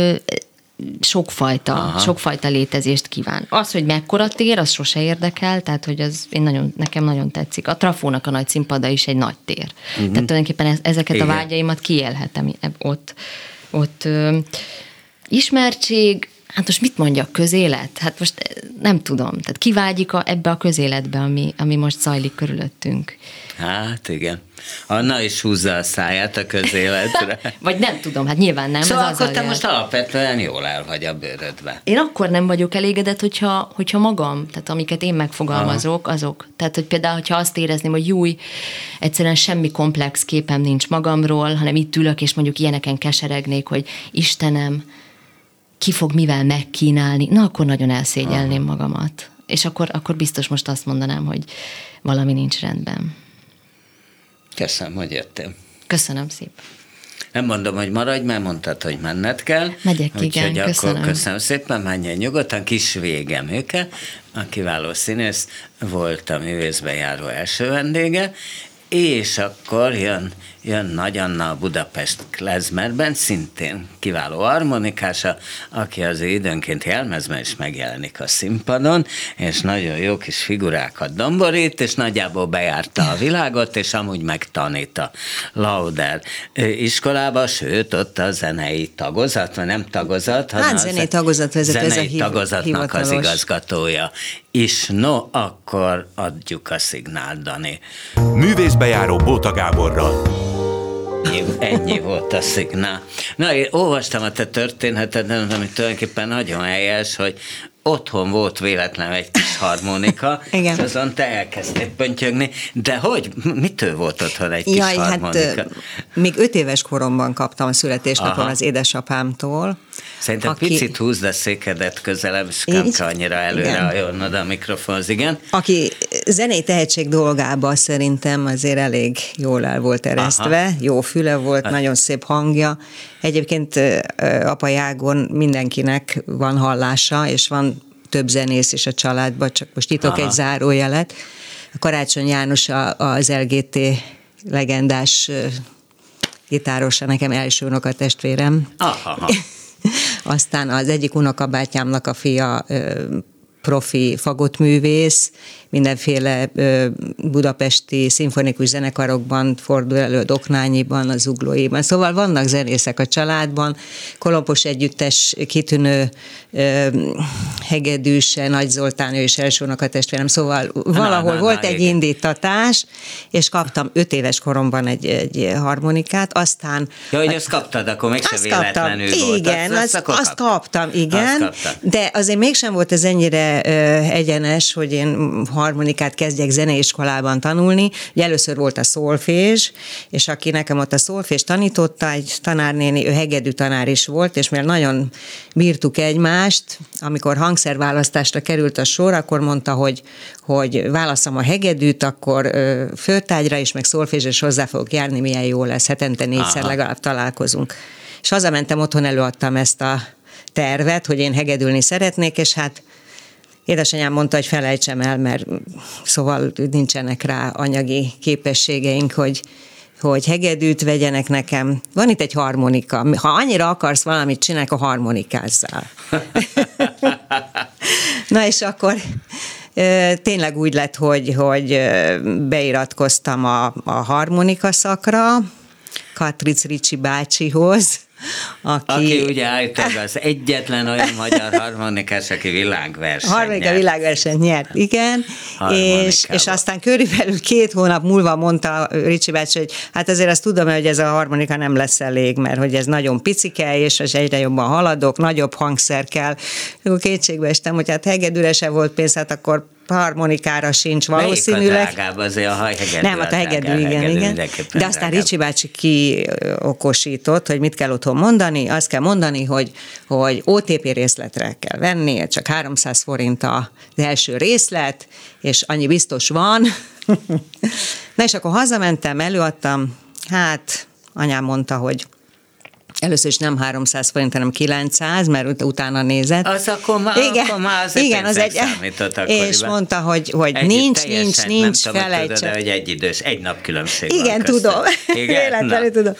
sokfajta létezést kíván. Az, hogy mekkora tér, az sose érdekel, tehát hogy az nekem nagyon tetszik. A Trafónak a nagy színpada is egy nagy tér. Tehát tulajdonképpen ezeket igen. A vágyaimat kiélhetem ott. Ismertség, hát most mit mondjak, közélet? Hát most nem tudom. Tehát ki vágyik ebbe a közéletbe, ami most zajlik körülöttünk? Hát igen. Anna is húzza a száját a közéletre. Vagy nem tudom, hát nyilván nem. Szóval akkor te most alapvetően jól el vagy a bőrödbe. Én akkor nem vagyok elégedett, hogyha magam, tehát amiket én megfogalmazok, azok. Tehát, hogy például, hogyha azt érezném, hogy egyszerűen semmi komplex képem nincs magamról, hanem itt ülök, és mondjuk ilyeneken keseregnék, hogy Istenem, ki fog mivel megkínálni, na akkor nagyon elszégyelném magamat. És akkor biztos most azt mondanám, hogy valami nincs rendben. Köszönöm, hogy jöttél. Köszönöm szépen. Nem mondom, hogy maradj, mert mondtad, hogy menned kell. Megyek, igen, köszönöm. Akkor köszönöm szépen, menjen nyugodtan. Kis Vége Műke, a kiváló színész, volt a Művészben Járó első vendége, és akkor jön Nagy Anna a Budapest klezmerben, szintén kiváló harmonikása, aki az időnként jelmezben is megjelenik a színpadon, és nagyon jó kis figurákat domborít, és nagyjából bejárta a világot, és amúgy megtanít a Lauder iskolába, sőt, ott a zenei tagozat, vagy nem tagozat, hanem zenei tagozat vezető, zenei tagozatnak az igazgatója is. No, akkor adjuk a szignált, Dani. Művészbejáró Bóta Gáborral. Ennyi volt a szignál. Na, én olvastam a te történetedet, ami tulajdonképpen nagyon helyes, hogy otthon volt véletlenül egy kis harmonika, és azon te elkezdtél pöntyögni, de hogy? Mitől volt otthon egy kis harmonika? Hát még 5 éves koromban kaptam a születésnapon az édesapámtól. Szerintem picit húzd a székedet közelebb, és nem kell annyira előre hajolnod a mikrofonhoz, igen. Aki zenei tehetség dolgába szerintem azért elég jól el volt eresztve, jó füle volt, nagyon szép hangja. Egyébként apai ágon mindenkinek van hallása, és van több zenész is a családban, csak most nyitok egy zárójelet. A Karácsony János az LGT legendás gitárosa, nekem első unokatestvérem. Aztán az egyik unokabátyámnak a fia profi fagottművész, mindenféle budapesti szimfonikus zenekarokban fordul elő, Doknányiban, az Zuglóiban. Szóval vannak zenészek a családban, Kolompos együttes kitűnő hegedűse, Nagy Zoltán, ő is első unokatestvérem, szóval valahol volt egy indítatás, és kaptam 5 éves koromban egy harmonikát, aztán... Ja, hogy azt kaptad, akkor mégse véletlenül volt. Igen, azt kaptam, igen, de azért mégsem volt ez ennyire ennyire egyenes, hogy én harmonikát kezdjek zeneiskolában tanulni. Ugye először volt a szolfés, és aki nekem ott a szolfés tanította, egy tanárnéni, ő hegedű tanár is volt, és mivel nagyon bírtuk egymást, amikor hangszerválasztásra került a sor, akkor mondta, hogy válasszam a hegedűt, akkor főtárgyra is, meg szolfésre is hozzá fogok járni, milyen jó lesz, hetente 4-szer legalább találkozunk. És hazamentem, otthon előadtam ezt a tervet, hogy én hegedülni szeretnék, és hát édesanyám mondta, hogy felejtsem el, mert szóval nincsenek rá anyagi képességeink, hogy hegedűt vegyenek nekem. Van itt egy harmonika. Ha annyira akarsz valamit csinálni, akkor harmonikázzál. Na és akkor tényleg úgy lett, hogy beiratkoztam a harmonika szakra, Katric Ricsi bácsihoz, aki ugye állítólag az egyetlen olyan magyar harmonikás, aki világversenyt harmonika világversenyt nyert, igen, és aztán körülbelül 2 hónap múlva mondta Ricsi bácsi, hogy hát azért azt tudom, hogy ez a harmonika nem lesz elég, mert hogy ez nagyon picike, és egyre jobban haladok, nagyobb hangszer kell. Akkor kétségbe estem, hogy hát hegedűre se volt pénz, hát akkor harmonikára sincs valószínűleg. Melyik a drágább, azért a hegedű? Nem, a hegedű, igen. De aztán Ricsi bácsi kiokosított, hogy mit kell otthon mondani. Azt kell mondani, hogy OTP részletre kell venni, csak 300 forint az első részlet, és annyi biztos van. Na és akkor hazamentem, előadtam, hát anyám mondta, hogy először is nem 300 forint, hanem 900, mert utána nézett. Az akkor már azért számított akkoriban. És mondta, hogy nincs, felejtsen. Nem hogy egy nap különbség igen, van tudom. Véletlenül tudom.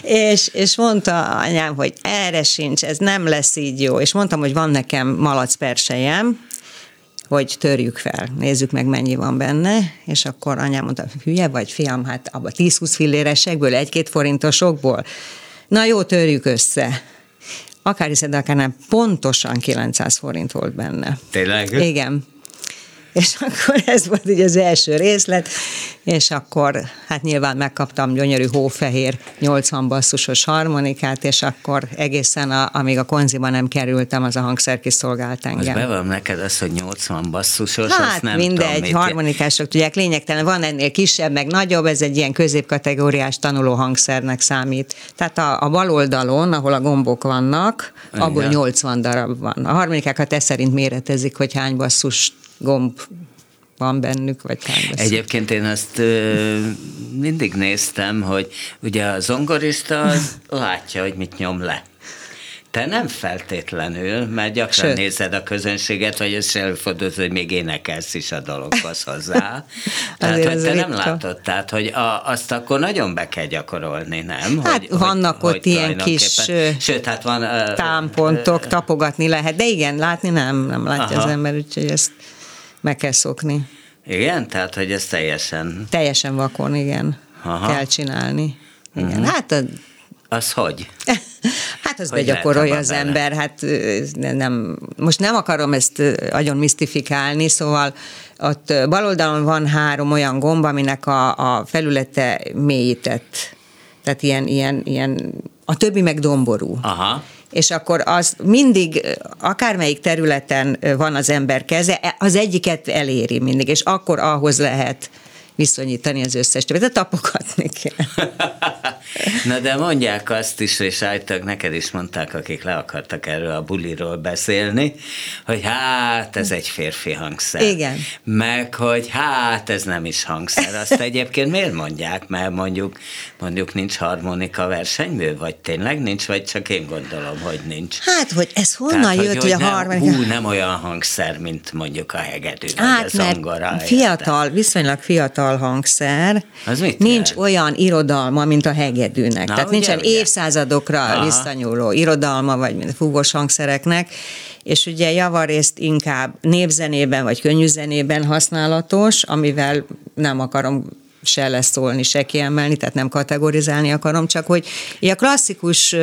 És mondta anyám, hogy erre sincs, ez nem lesz így jó. És mondtam, hogy van nekem malac perselyem, hogy törjük fel, nézzük meg, mennyi van benne, és akkor anyám mondta, hülye vagy, fiam, hát abban 10-20 filléresekből, 1-2 forintosokból. Na jó, törjük össze. Akár hiszed, akár nem, pontosan 900 forint volt benne. Tényleg? Igen. És akkor ez volt így az első részlet, és akkor hát nyilván megkaptam gyönyörű hófehér 80 basszusos harmonikát, és akkor egészen amíg a konziba nem kerültem, az a hangszer kiszolgált engem. Most bevallom neked az, hogy 80 basszusos, hát azt nem mindegy, tudom, harmonikások tudják, lényegtelen, van ennél kisebb, meg nagyobb, ez egy ilyen középkategóriás tanuló hangszernek számít. Tehát a bal oldalon, ahol a gombok vannak, abból 80 darab van. A harmonikákat ez szerint méretezik, hogy hány basszus gomb van bennük, vagy hány basszus. Egyébként én azt mindig néztem, hogy ugye a zongorista látja, hogy mit nyom le. Te nem feltétlenül, mert gyakran nézed a közönséget, vagy ez előfordul, hogy még énekelsz is a dologhoz hozzá. Tehát, hogy te nem látod, tehát, hogy azt akkor nagyon be kell gyakorolni, nem? Hát vannak ott ilyen kis sőt, hát van, támpontok, tapogatni lehet, de igen, látni nem látja az ember, úgyhogy ezt meg kell szokni. Igen? Tehát, hogy ez teljesen vakon, igen. Kell csinálni. Igen. Hát az hogy? Hát az begyakorolja az ember, hát most nem akarom ezt nagyon misztifikálni, szóval ott bal oldalon van 3 olyan gomb, aminek a felülete mélyített, tehát ilyen a többi meg domború. Aha. És akkor az mindig, akármelyik területen van az ember keze, az egyiket eléri mindig, és akkor ahhoz lehet viszonyítani az összes többet, de tapogatni kell. Na de mondják azt is, és állítólag neked is mondták, akik le akartak erről a buliról beszélni, hogy hát ez egy férfi hangszer. Igen. Meg, hogy hát ez nem is hangszer. Azt egyébként miért mondják? Mert mondjuk nincs harmonika versenymű, vagy tényleg nincs, vagy csak én gondolom, hogy nincs. Hát, hogy ez honnan jött, hogy a harmonika? Nem olyan hangszer, mint mondjuk a hegedű, hát, vagy a zongora. Viszonylag fiatal hangszer, nincs olyan irodalma, mint a hegedűnek. Tehát nincsen évszázadokra visszanyúló irodalma, vagy mint a fúvós hangszereknek, és ugye javarészt inkább népzenében, vagy könnyűzenében használatos, amivel nem akarom se leszólni, se kiemelni, tehát nem kategorizálni akarom, csak hogy a klasszikus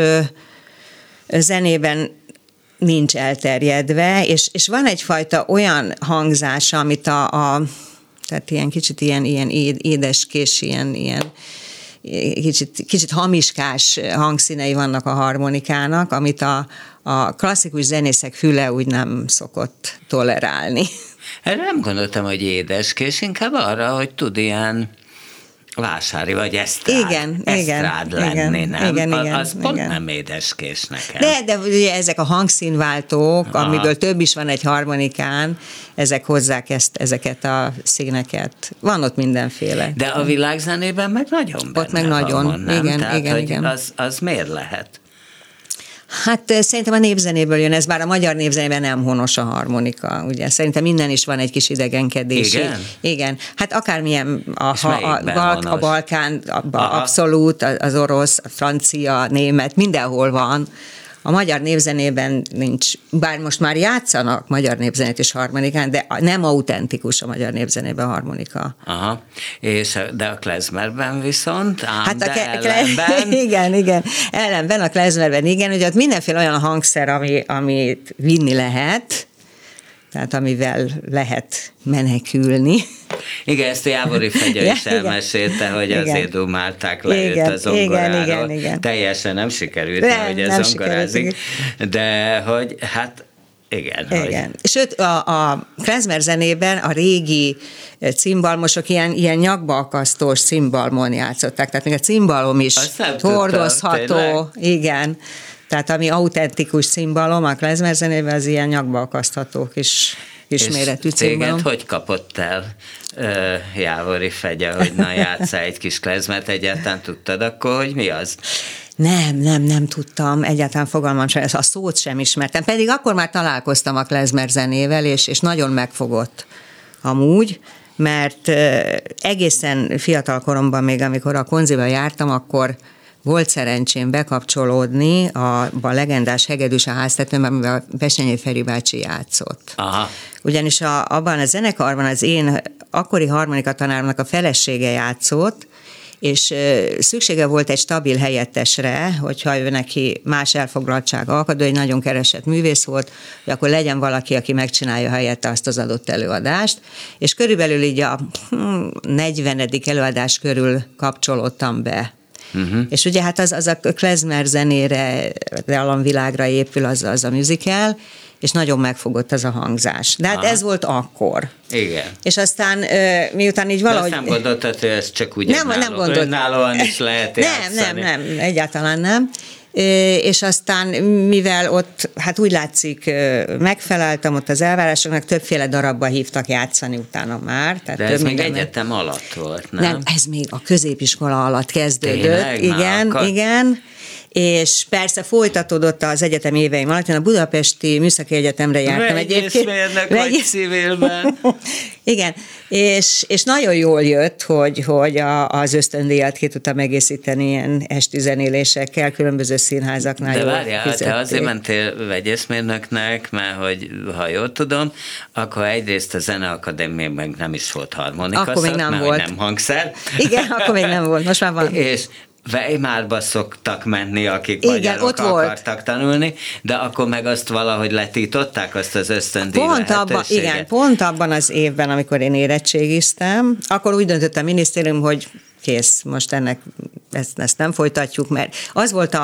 zenében nincs elterjedve, és van egyfajta olyan hangzása, amit tehát ilyen kicsit ilyen édeskés, ilyen kicsit hamiskás hangszínei vannak a harmonikának, amit a klasszikus zenészek füle úgy nem szokott tolerálni. Erre nem gondoltam, hogy édeskés, inkább arra, hogy tud ilyen vásári vagy esztrád lenni, nem? Az pont nem édeskés nekem. De ugye ezek a hangszínváltók, amiből több is van egy harmonikán, ezek hozzák ezeket a színeket. Van ott mindenféle. De a világzenében meg nagyon benne ott meg nagyon, van, nem? Igen, Tehát, igen. Az miért lehet? Hát szerintem a népzenéből jön ez, bár a magyar népzenében nem honos a harmonika, ugye. Szerintem innen is van egy kis idegenkedés. Igen. Hát akármilyen a Balkán, abszolút, az orosz, a francia, a német, mindenhol van. A magyar népzenében nincs, bár most már játszanak magyar népzenét és harmonikán, de nem autentikus a magyar népzenében a harmonika. Aha, de a klezmerben viszont, ellenben. Igen. Ellenben a klezmerben, igen, hogy ott mindenféle olyan hangszer, amit vinni lehet, tehát amivel lehet menekülni. Igen, ezt a Jávori Fegya is elmesélte, hogy azért dumálták le őt a zongoráról. Igen. Teljesen nem sikerült, hogy ez zongorázik, de hogy hát igen. Hogy... Sőt, a klezmer zenében a régi cimbalmosok ilyen nyakba akasztós cimbalmon játszották, tehát még a cimbalom is hordozható. Igen. Tehát ami autentikus cimbalom, a klezmer zenében az ilyen nyakba akasztható kis méretű cimbalom. És hogy kapott el Jávori Fegya, hogy na játsszál egy kis klezmert, egyáltalán tudtad akkor, hogy mi az? Nem tudtam, egyáltalán fogalmam sem, a szót sem ismertem, pedig akkor már találkoztam a klezmer zenével, és nagyon megfogott amúgy, mert egészen fiatal koromban még, amikor a Konziba jártam, akkor volt szerencsém bekapcsolódni a legendás Hegedűs a háztetőben, amiben a Bessenyei Feri bácsi játszott. Aha. Ugyanis abban a zenekarban az én akkori harmonikatanáromnak a felesége játszott, és szüksége volt egy stabil helyettesre, hogyha ő neki más elfoglaltsága akad, ő egy nagyon keresett művész volt, hogy akkor legyen valaki, aki megcsinálja helyette azt az adott előadást, és körülbelül így a 40. előadás körül kapcsolódtam be. Uh-huh. És ugye hát az a klezmer zenére, dallamvilágra épül az a musical, és nagyon megfogott az a hangzás. De hát ez volt akkor. Igen. És aztán miután így valahogy... De azt nem gondoltad, hogy ez csak úgy önállóan is lehet játszani? Nem, egyáltalán nem. És aztán, mivel ott, hát úgy látszik, megfeleltem ott az elvárásoknak, többféle darabba hívtak játszani utána már. Tehát de ez még egyetem alatt volt, nem? Nem, ez még a középiskola alatt kezdődött. Igen. És persze folytatódott az egyetem éveim alatt, én a Budapesti Műszaki Egyetemre jártam egyébként. Vegyészmérnök vagy civilben. Igen, és nagyon jól jött, hogy az ösztöndíjat ki tudtam egészíteni ilyen esti zenélésekkel, különböző színházaknál. De várjál, te azért mentél vegyészmérnöknek, mert hogy ha jól tudom, akkor egyrészt a Zeneakadémiában nem is volt harmonika, akkor még nem volt. Nem hangszer. Igen, akkor még nem volt, most már van. És Weimarba szoktak menni, akik magyarok akartak tanulni, de akkor meg azt valahogy letították, azt az ösztöndíj lehetőséget. Pont abban az évben, amikor én érettségiztem, akkor úgy döntött a minisztérium, hogy kész, most ezt nem folytatjuk, mert az volt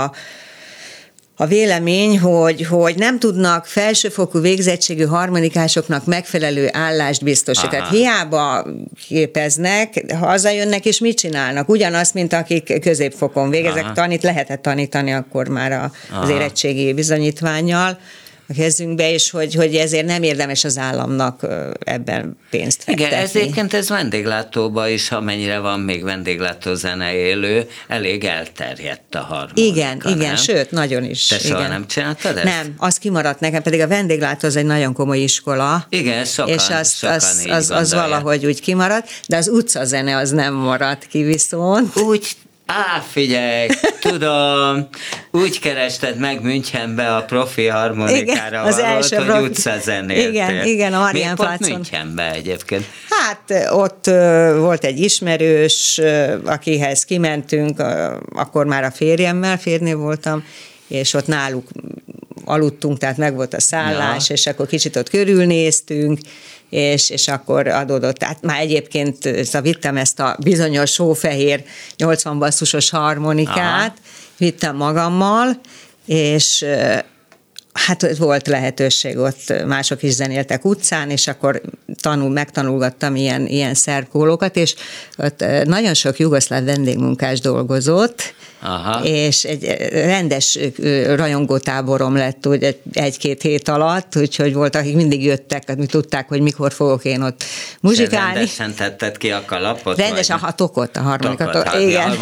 a vélemény, hogy nem tudnak felsőfokú végzettségű harmonikásoknak megfelelő állást biztosítani. Tehát hiába képeznek, hazajönnek és mit csinálnak? Ugyanazt, mint akik középfokon végeznek, lehetett tanítani akkor már az érettségi bizonyítvánnyal a kezünkbe, és hogy ezért nem érdemes az államnak ebben pénzt fektetni. Igen, egyébként ez vendéglátóban is, amennyire van még vendéglátó zene élő, elég elterjedt a harmonika. Igen, sőt, nagyon is. Te soha nem csináltad ezt? Nem, az kimaradt nekem, pedig a vendéglátó az egy nagyon komoly iskola. Igen, sokan az valahogy úgy kimaradt, de az utcazene az nem maradt ki viszont. Figyelj, tudom, úgy kerested meg Münchenbe a profi harmonikára valót, hogy utcazenéltél. Igen, a Marián Plácon. Miért Münchenbe egyébként? Hát ott volt egy ismerős, akihez kimentünk, akkor már a férjnél voltam, és ott náluk aludtunk, tehát meg volt a szállás, és akkor kicsit ott körülnéztünk, és akkor adódott. Tehát már egyébként vittem ezt a bizonyos hófehér 80 basszusos harmonikát, vittem magammal, és Hát volt lehetőség, ott mások is zenéltek utcán, és akkor megtanulgattam ilyen szerb-kólókat, és ott nagyon sok jugoszláv vendégmunkás dolgozott, aha, és egy rendes rajongótáborom lett úgy egy-két hét alatt, úgyhogy voltak, akik mindig jöttek, mi tudták, hogy mikor fogok én ott muzsikálni. Rendesen tetted ki a kalapot? Rendesen a tokot, a harmonikatot.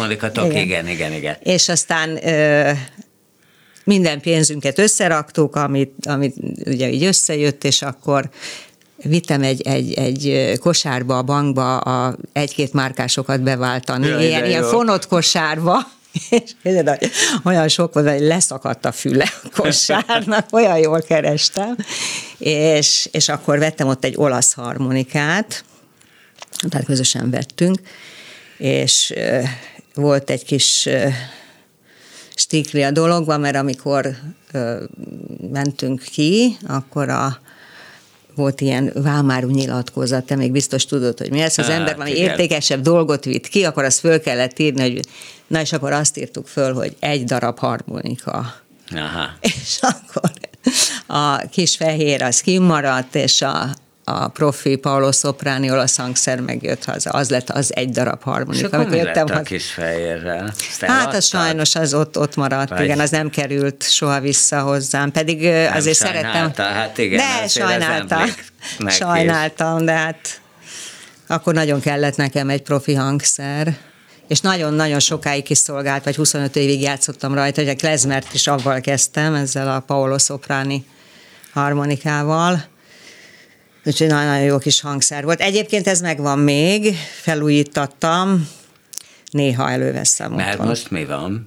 Igen. És aztán minden pénzünket összeraktuk, amit ugye így összejött, és akkor vittem egy kosárba, a bankba egy-két márkásokat beváltani, ilyen fonott kosárba, és olyan sok volt, hogy leszakadt a füle a kosárnak, olyan jól kerestem, és akkor vettem ott egy olasz harmonikát, tehát közösen vettünk, és volt egy kis stikli a dologban, mert amikor mentünk ki, akkor volt ilyen vámáru nyilatkozat, te még biztos tudod, hogy mi ez, az ember valami értékesebb dolgot vitt ki, akkor azt föl kellett írni, hogy na és akkor azt írtuk föl, hogy 1 darab harmonika. Aha. És akkor a kis fehér az kimaradt, és a profi Paolo Soprani olasz hangszer megjött haza. Az lett az 1 darab harmonika. És akkor mi lett a kis fehérrel? Hát az sajnos az ott maradt, vagy? Igen, az nem került soha vissza hozzám, pedig nem azért szerettem. Hát igen, de sajnáltam, de hát akkor nagyon kellett nekem egy profi hangszer, és nagyon-nagyon sokáig kiszolgált, vagy 25 évig játszottam rajta, hogy a klezmert is avval kezdtem, ezzel a Paolo Soprani harmonikával. Úgyhogy nagyon jó kis hangszer volt. Egyébként ez megvan még, felújítattam, néha előveszem otthon. Mert most mi van?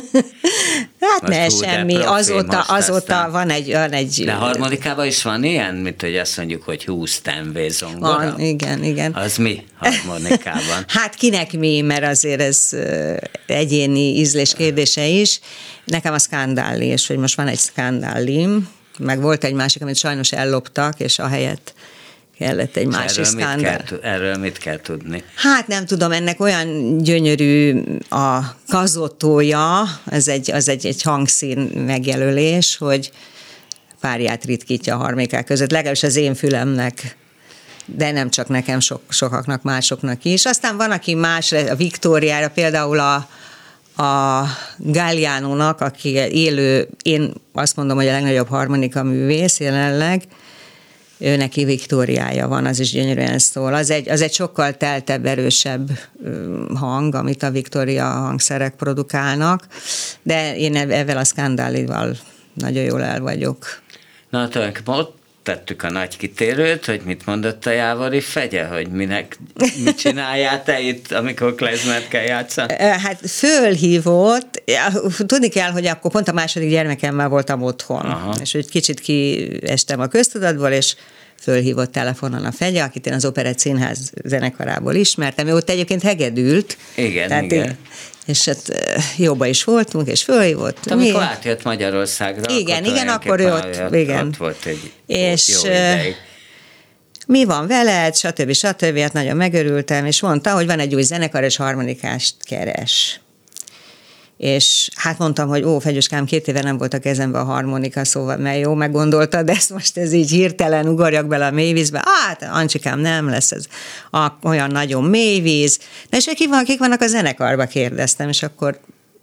Hát ne, semmi. Azóta van egy... De harmonikában is van ilyen, mint hogy azt mondjuk, hogy 20 tenvé zongora? Van, igen. Az mi harmonikában? Hát kinek mi, mert azért ez egyéni ízlés kérdése is. Nekem a Scandalli, és hogy most van egy Scandallim, meg volt egy másik, amit sajnos elloptak, és ahelyett kellett egy másik Scandal. Erről mit kell tudni? Hát nem tudom, ennek olyan gyönyörű a kazottója, az egy hangszín megjelölés, hogy párját ritkítja a harmonikák között, legalábbis az én fülemnek, de nem csak nekem, sokaknak, másoknak is. Aztán van, aki más, a Victoriára, például a Gallianónak, aki élő, én azt mondom, hogy a legnagyobb harmonika művész jelenleg, ő neki Victoriája van, az is gyönyörűen szól. Az egy sokkal teltebb, erősebb hang, amit a Victoria hangszerek produkálnak, de én ezzel a Scandallival nagyon jól el vagyok. Na, tulajdonképpen tettük a nagy kitérőt, hogy mit mondott a Jávari Fegye, hogy mit csináljál te itt, amikor klezmert kell játszani? Hát fölhívott, tudni kell, hogy akkor pont a második gyermekemmel voltam otthon, aha, és úgy kicsit kiestem a köztudatból, és fölhívott telefonon a Fegye, akit én az Operett Színház zenekarából ismertem, ő ott egyébként hegedült. Igen. És hát jóba is voltunk, és fölhívott. Amikor átjött Magyarországra. Igen, akkor ő ott volt egy és jó ideig. Mi van veled, stb. Hát nagyon megörültem, és mondta, hogy van egy új zenekar, és harmonikást keres. És hát mondtam, hogy Fegyuskám, 2 éve nem volt a kezembe a harmonika, szóval mert jó, meggondoltad, de ez így hirtelen ugorjak bele a mélyvízbe. Hát, Ancsikám, nem lesz ez olyan nagyon mélyvíz. Na és kik vannak a zenekarba, kérdeztem, és akkor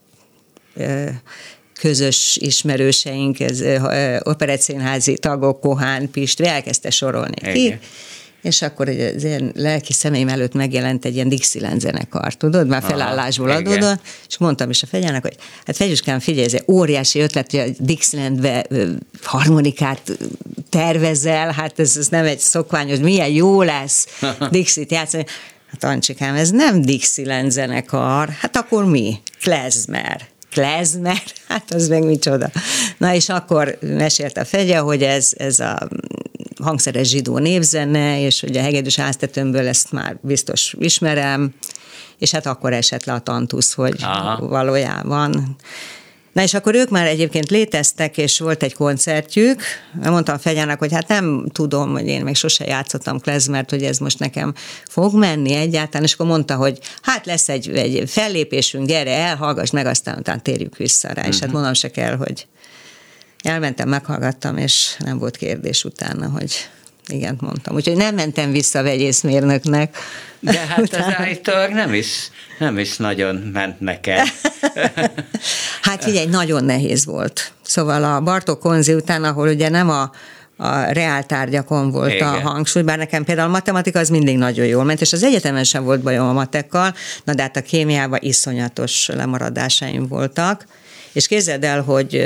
közös ismerőseink, ez operettszínházi tagok, Kohán, Pistvi, elkezdte sorolni ki. És akkor az ilyen lelki szemeim előtt megjelent egy ilyen Dixieland zenekar, tudod? Már felállásból adódott, és mondtam is a Fegyának, hogy hát Fegyuskám, figyelj, ez egy óriási ötlet, hogy a Dixielandbe harmonikát tervezel, hát ez nem egy szokványos, milyen jó lesz Dixit játszani. Hát Ancsikám, ez nem Dixieland zenekar, hát akkor mi? Klezmer, hát az meg micsoda. Na és akkor mesélte a Fegye, hogy ez a hangszeres zsidó népzene, és hogy a hegedűs háztetőmből ezt már biztos ismerem, és hát akkor esett le a tantusz, hogy valójában. Na és akkor ők már egyébként léteztek, és volt egy koncertjük, mondtam a Fegyának, hogy hát nem tudom, hogy én még sose játszottam klezmert, hogy ez most nekem fog menni egyáltalán, és akkor mondta, hogy hát lesz egy fellépésünk, gyere el, hallgass meg, aztán térjük vissza rá, és hát mondom se kell, hogy elmentem, meghallgattam, és nem volt kérdés utána, hogy igent mondtam. Úgyhogy nem mentem vissza vegyészmérnöknek. De hát az állítólag nem is nagyon ment neked. Hát figyelj, nagyon nehéz volt. Szóval a Bartók Konzi után, ahol ugye nem a reáltárgyakon volt igen. A hangsúly, bár nekem például a matematika az mindig nagyon jól ment, és az egyetemen sem volt bajom a matekkal, na de hát a kémiában iszonyatos lemaradásaim voltak, és képzeld el, hogy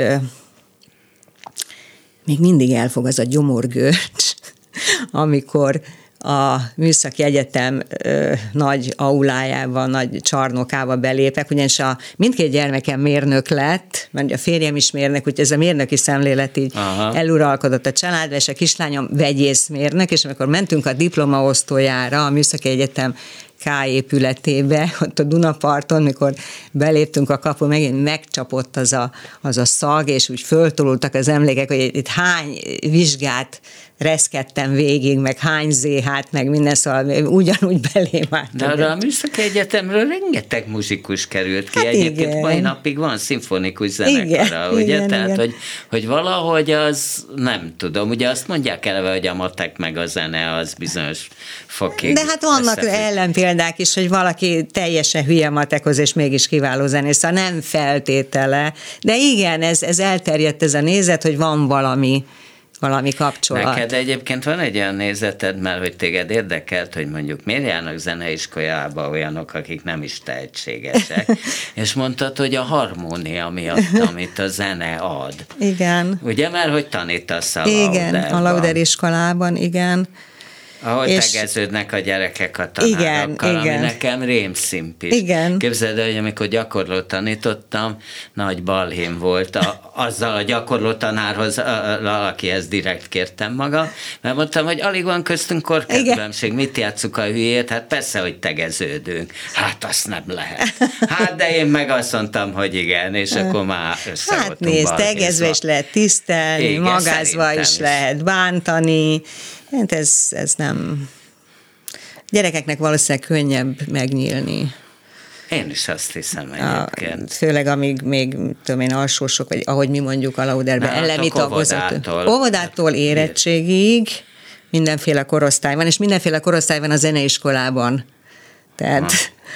még mindig elfog az a gyomorgörcs, amikor a Műszaki Egyetem nagy aulájában, nagy csarnokába belépek, ugyanis mindkét gyermekem mérnök lett, mert a férjem is mérnök, úgyhogy ez a mérnöki szemlélet így eluralkodott a családba, és a kislányom vegyészmérnök, és amikor mentünk a diplomaosztójára a Műszaki Egyetem K épületébe, ott a Dunaparton, mikor beléptünk a kapu, megint megcsapott az a szag, és úgy föltolultak az emlékek, hogy itt hány vizsgát reszkedtem végig, meg hány ZH-t, meg minden, szóval ugyanúgy belém álltam. De arra a Műszaki Egyetemről rengeteg muzsikus került ki. Hát egyébként igen. Mai napig van szimfonikus zenekara, ugye? Igen, tehát, igen. Hogy valahogy az, nem tudom, ugye azt mondják eleve, hogy a matek meg a zene az bizonyos fokig. De hát vannak ellenpéldák is, hogy valaki teljesen hülye matekoz, és mégis kiváló zenész, szóval nem feltétele. De igen, ez elterjedt ez a nézet, hogy van valami kapcsolat. Neked egyébként van egy olyan nézeted, mert hogy téged érdekelt, hogy mondjuk miért járnak zeneiskolába olyanok, akik nem is tehetségesek, és mondtad, hogy a harmónia miatt, amit a zene ad. Igen. Ugye, mert hogy tanítasz a igen, a Lauder iskolában, igen. Ahol tegeződnek a gyerekek a tanárokkal, ami nekem rémszimpis. Igen. Képzeld el, hogy amikor gyakorlót tanítottam, nagy balhém volt azzal a gyakorló tanárhoz, akihez direkt kértem magam, mert mondtam, hogy alig van köztünk korkülönbség, mit játsszuk a hülyét, hát persze, hogy tegeződünk. Hát azt nem lehet. Hát de én meg azt mondtam, hogy igen, és akkor már összevoltunk. Hát nézd, tegezve is lehet tisztelni, igen, magázva is lehet bántani. Hát ez nem... Gyerekeknek valószínűleg könnyebb megnyílni. Én is azt hiszem egyébként. Főleg amíg még, tudom én, alsósok, vagy ahogy mi mondjuk a Lauderben, elemi tagozatok. Óvodától érettségig mindenféle korosztály van, és mindenféle korosztály van a zeneiskolában. Tehát...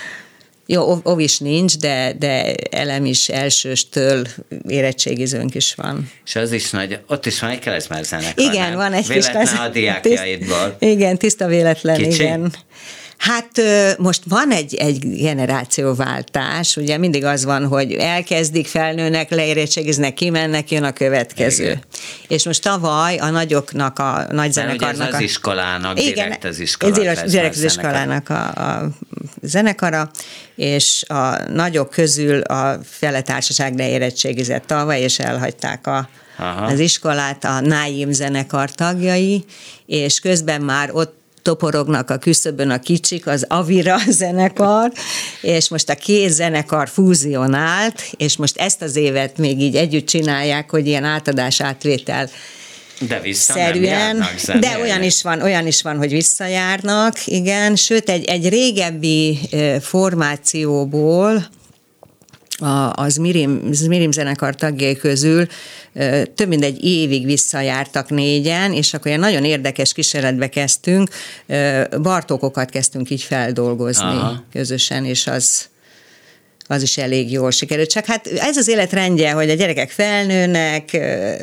Jó, óvis nincs, de elem is elsőstől érettségizőnk is van. És az is nagy, ott is van egy keresztmár zenekar. Igen, van egy kis véletlen a diákjaidból. Igen, tiszta véletlen, kicsi? Igen. Hát most van egy generációváltás, ugye mindig az van, hogy elkezdik, felnőnek, leérettségiznek, kimennek, jön a következő. Igen. És most tavaly a nagyoknak, a nagy zenekarnak... Ugye az iskolának, igen, direkt az iskola. Direkt az iskolának a zenekara, és a nagyok közül a fele társaság leérettségizett tavaly, és elhagyták az iskolát, a Náim zenekar tagjai, és közben már ott toporognak a küszöbön a kicsik, az Avira zenekar, és most a két zenekar fúzionált, és most ezt az évet még így együtt csinálják, hogy ilyen átadás-átvétel de vissza szerűen, nem járnak de olyan is van, hogy visszajárnak, igen, sőt egy régebbi formációból az Mirim zenekar tagjai közül több mint egy évig visszajártak négyen, és akkor ilyen nagyon érdekes kísérletbe kezdtünk, Bartókokat kezdtünk így feldolgozni közösen, és az is elég jól sikerült. Csak hát ez az életrendje, hogy a gyerekek felnőnek,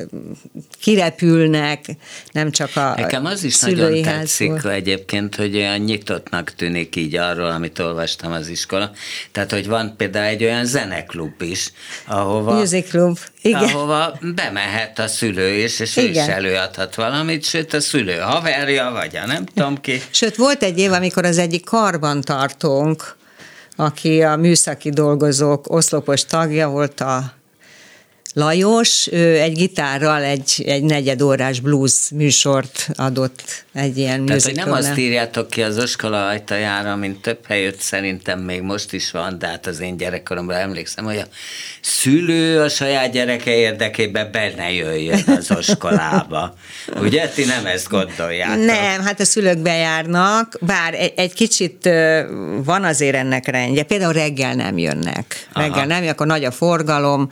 kirepülnek, nem csak a nekem az is nagyon tetszik egyébként, hogy olyan nyitottnak tűnik így arról, amit olvastam az iskola. Tehát, hogy van például egy olyan zeneklub is, Music Club, igen. Ahova bemehet a szülő is, és ő is előadhat valamit, sőt a szülő haverja, vagy a nem tudom ki. Sőt, volt egy év, amikor az egyik karbantartónk, aki a műszaki dolgozók oszlopos tagja volt, a Lajos, ő egy gitárral egy negyedórás blues műsort adott egy ilyen tehát, hogy nem azt írjátok ki az iskola ajtajára, mint több helyütt szerintem még most is van, de hát az én gyerekkoromban emlékszem, hogy a szülő a saját gyereke érdekében benne jöjjön az iskolába. Ugye, ti nem ezt gondoljátok? Nem, hát a szülők bejárnak, bár egy kicsit van azért ennek rendje. Például reggel nem jönnek. Reggel nem jön, akkor nagy a forgalom,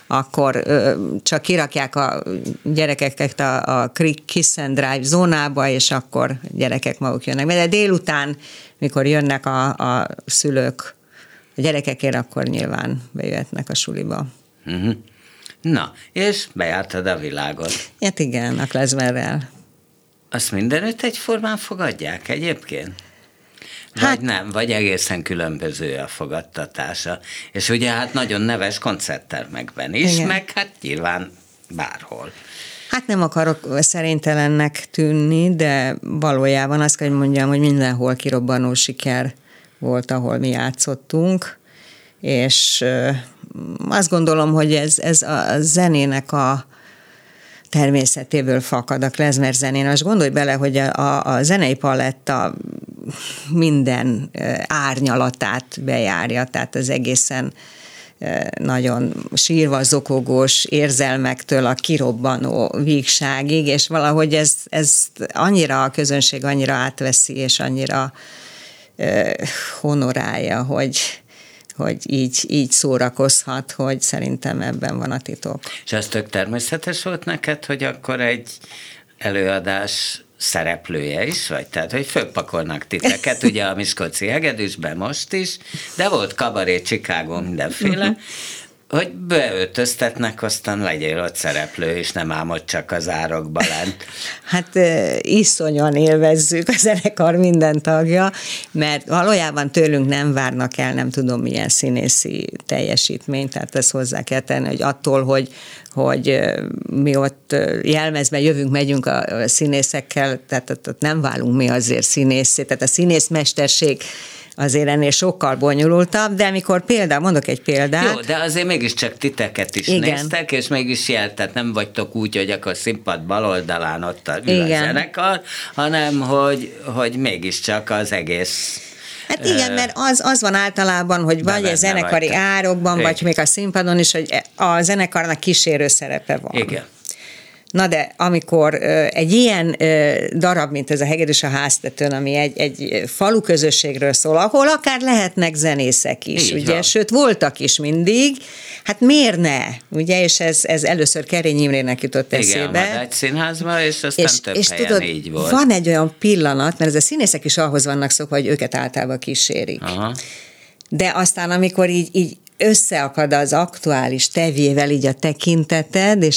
akkor csak kirakják a gyerekeket a Kiss and Drive zónába, és akkor gyerekek maguk jönnek. De délután, mikor jönnek a szülők a gyerekekért, akkor nyilván bejöhetnek a suliba. Uh-huh. Na, és bejártad a világot. Hát igen, a klezmerrel. Azt mindenütt egyformán fogadják egyébként? Vagy Hát, nem, vagy egészen különböző a fogadtatása. És ugye hát nagyon neves koncerttermekben is, igen. Meg hát nyilván bárhol. Hát nem akarok szerintelennek tűnni, de valójában azt kell, hogy mondjam, hogy mindenhol kirobbanó siker volt, ahol mi játszottunk, és azt gondolom, hogy ez a zenének a természetéből fakad, a klezmer zenén. Most gondolj bele, hogy a zenei paletta minden árnyalatát bejárja, tehát az egészen nagyon sírva zokogós érzelmektől a kirobbanó vígságig, és valahogy ez annyira a közönség annyira átveszi, és annyira honorálja, hogy így szórakozhat, hogy szerintem ebben van a titok. És ez tök természetes volt neked, hogy akkor egy előadás szereplője is vagy? Tehát, hogy fölpakolnak titeket, ugye a Miskolci Hegedűsben most is, de volt kabaré, Chicago, mindenféle, hogy beöltöztetnek, aztán legyél ott szereplő, és nem álmod csak az árokba lent. Hát iszonyan élvezzük a zenekar minden tagja, mert valójában tőlünk nem várnak el, nem tudom milyen színészi teljesítményt, tehát ezt hozzá kell tenni, hogy attól, hogy mi ott jelmezben jövünk, megyünk a színészekkel, tehát ott nem válunk mi azért színészé, tehát a színészmesterség azért ennél sokkal bonyolultabb, de amikor mondok egy példát. Jó, de azért mégiscsak titeket is igen. Néztek, és mégis tehát nem vagytok úgy, hogy akkor színpad bal oldalán ott a zenekar, hanem hogy mégiscsak az egész. Hát igen, mert az van általában, hogy vagy a zenekari árokban, vagy még a színpadon is, hogy a zenekarnak kísérő szerepe van. Igen. Na de amikor egy ilyen darab, mint ez a Hegedűs a háztetőn, ami egy falu közösségről szól, ahol akár lehetnek zenészek is, így ugye, van. Sőt voltak is mindig, hát miért ne? Ugye, és ez először Kerény Imrének jutott eszébe. Igen, a Madács Színházban, és aztán több helyen tudod, így volt. Van egy olyan pillanat, mert ez a színészek is ahhoz vannak szokva, hogy őket általában kísérik. Aha. De aztán, amikor így összeakad az aktuális tevjével így a tekinteted, és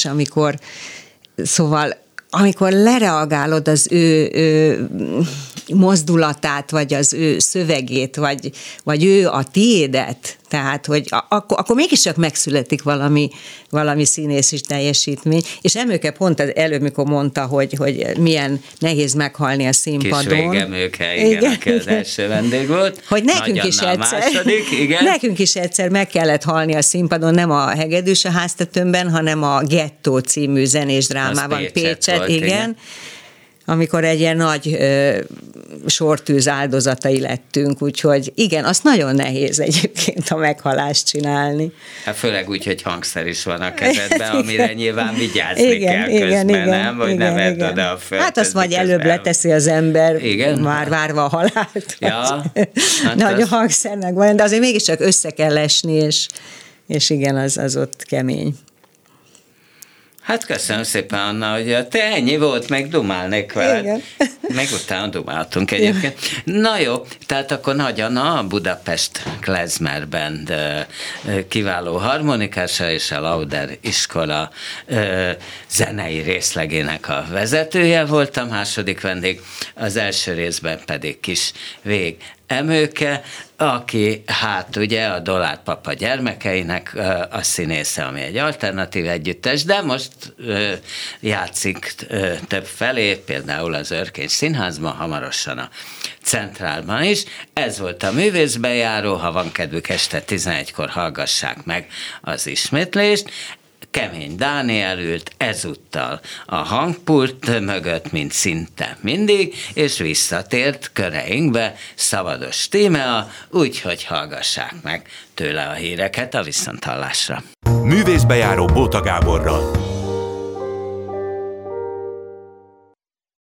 amikor lereagálod az ő mozdulatát, vagy az ő szövegét, vagy ő a tiédet, tehát, hogy akkor mégiscsak megszületik valami színészi teljesítmény, és Emőke pont előbb, mikor mondta, hogy milyen nehéz meghalni a színpadon. Kis Végemőke, igen, aki az első vendég volt. Hogy nekünk is egyszer meg kellett halni a színpadon, nem a Hegedűs a háztetőmben, hanem a Gettó című zenés drámában Pécset, volt, igen. Amikor egy ilyen nagy sortűz áldozatai lettünk, úgyhogy igen, azt nagyon nehéz egyébként a meghalást csinálni. Hát főleg úgy, hogy hangszer is van a kezedben, amire nyilván vigyázni kell közben, nem? Vagy ne vedd oda a földhöz. Hát azt majd előbb leteszi az ember, már várva a halált. Ja, nagy hangszernek van, de azért mégiscsak össze kell esni, és igen, az ott kemény. Hát köszönöm szépen, Anna, hogy te ennyi volt, meg dumálnék veled. Igen. Meg utána dumáltunk egyébként. Na jó, tehát akkor Nagy Anna, a Budapest Klezmer Band kiváló harmonikása és a Lauder iskola zenei részlegének a vezetője volt a második vendég, az első részben pedig Kis Vég Emőke, aki hát ugye a Dollár Papa gyermekeinek a színésze, ami egy alternatív együttes, de most játszik több felé, például az Örkény Színházban, hamarosan a Centrálban is. Ez volt a művészbejáró, ha van kedvük este 11-kor hallgassák meg az ismétlést. Kemény Dániel ült ezúttal a hangpult mögött, mint szinte mindig, és visszatért köreinkbe Szabados Tímea, úgyhogy hallgassák meg tőle a híreket a viszonthallásra. Művészbejáró Bóta Gáborral.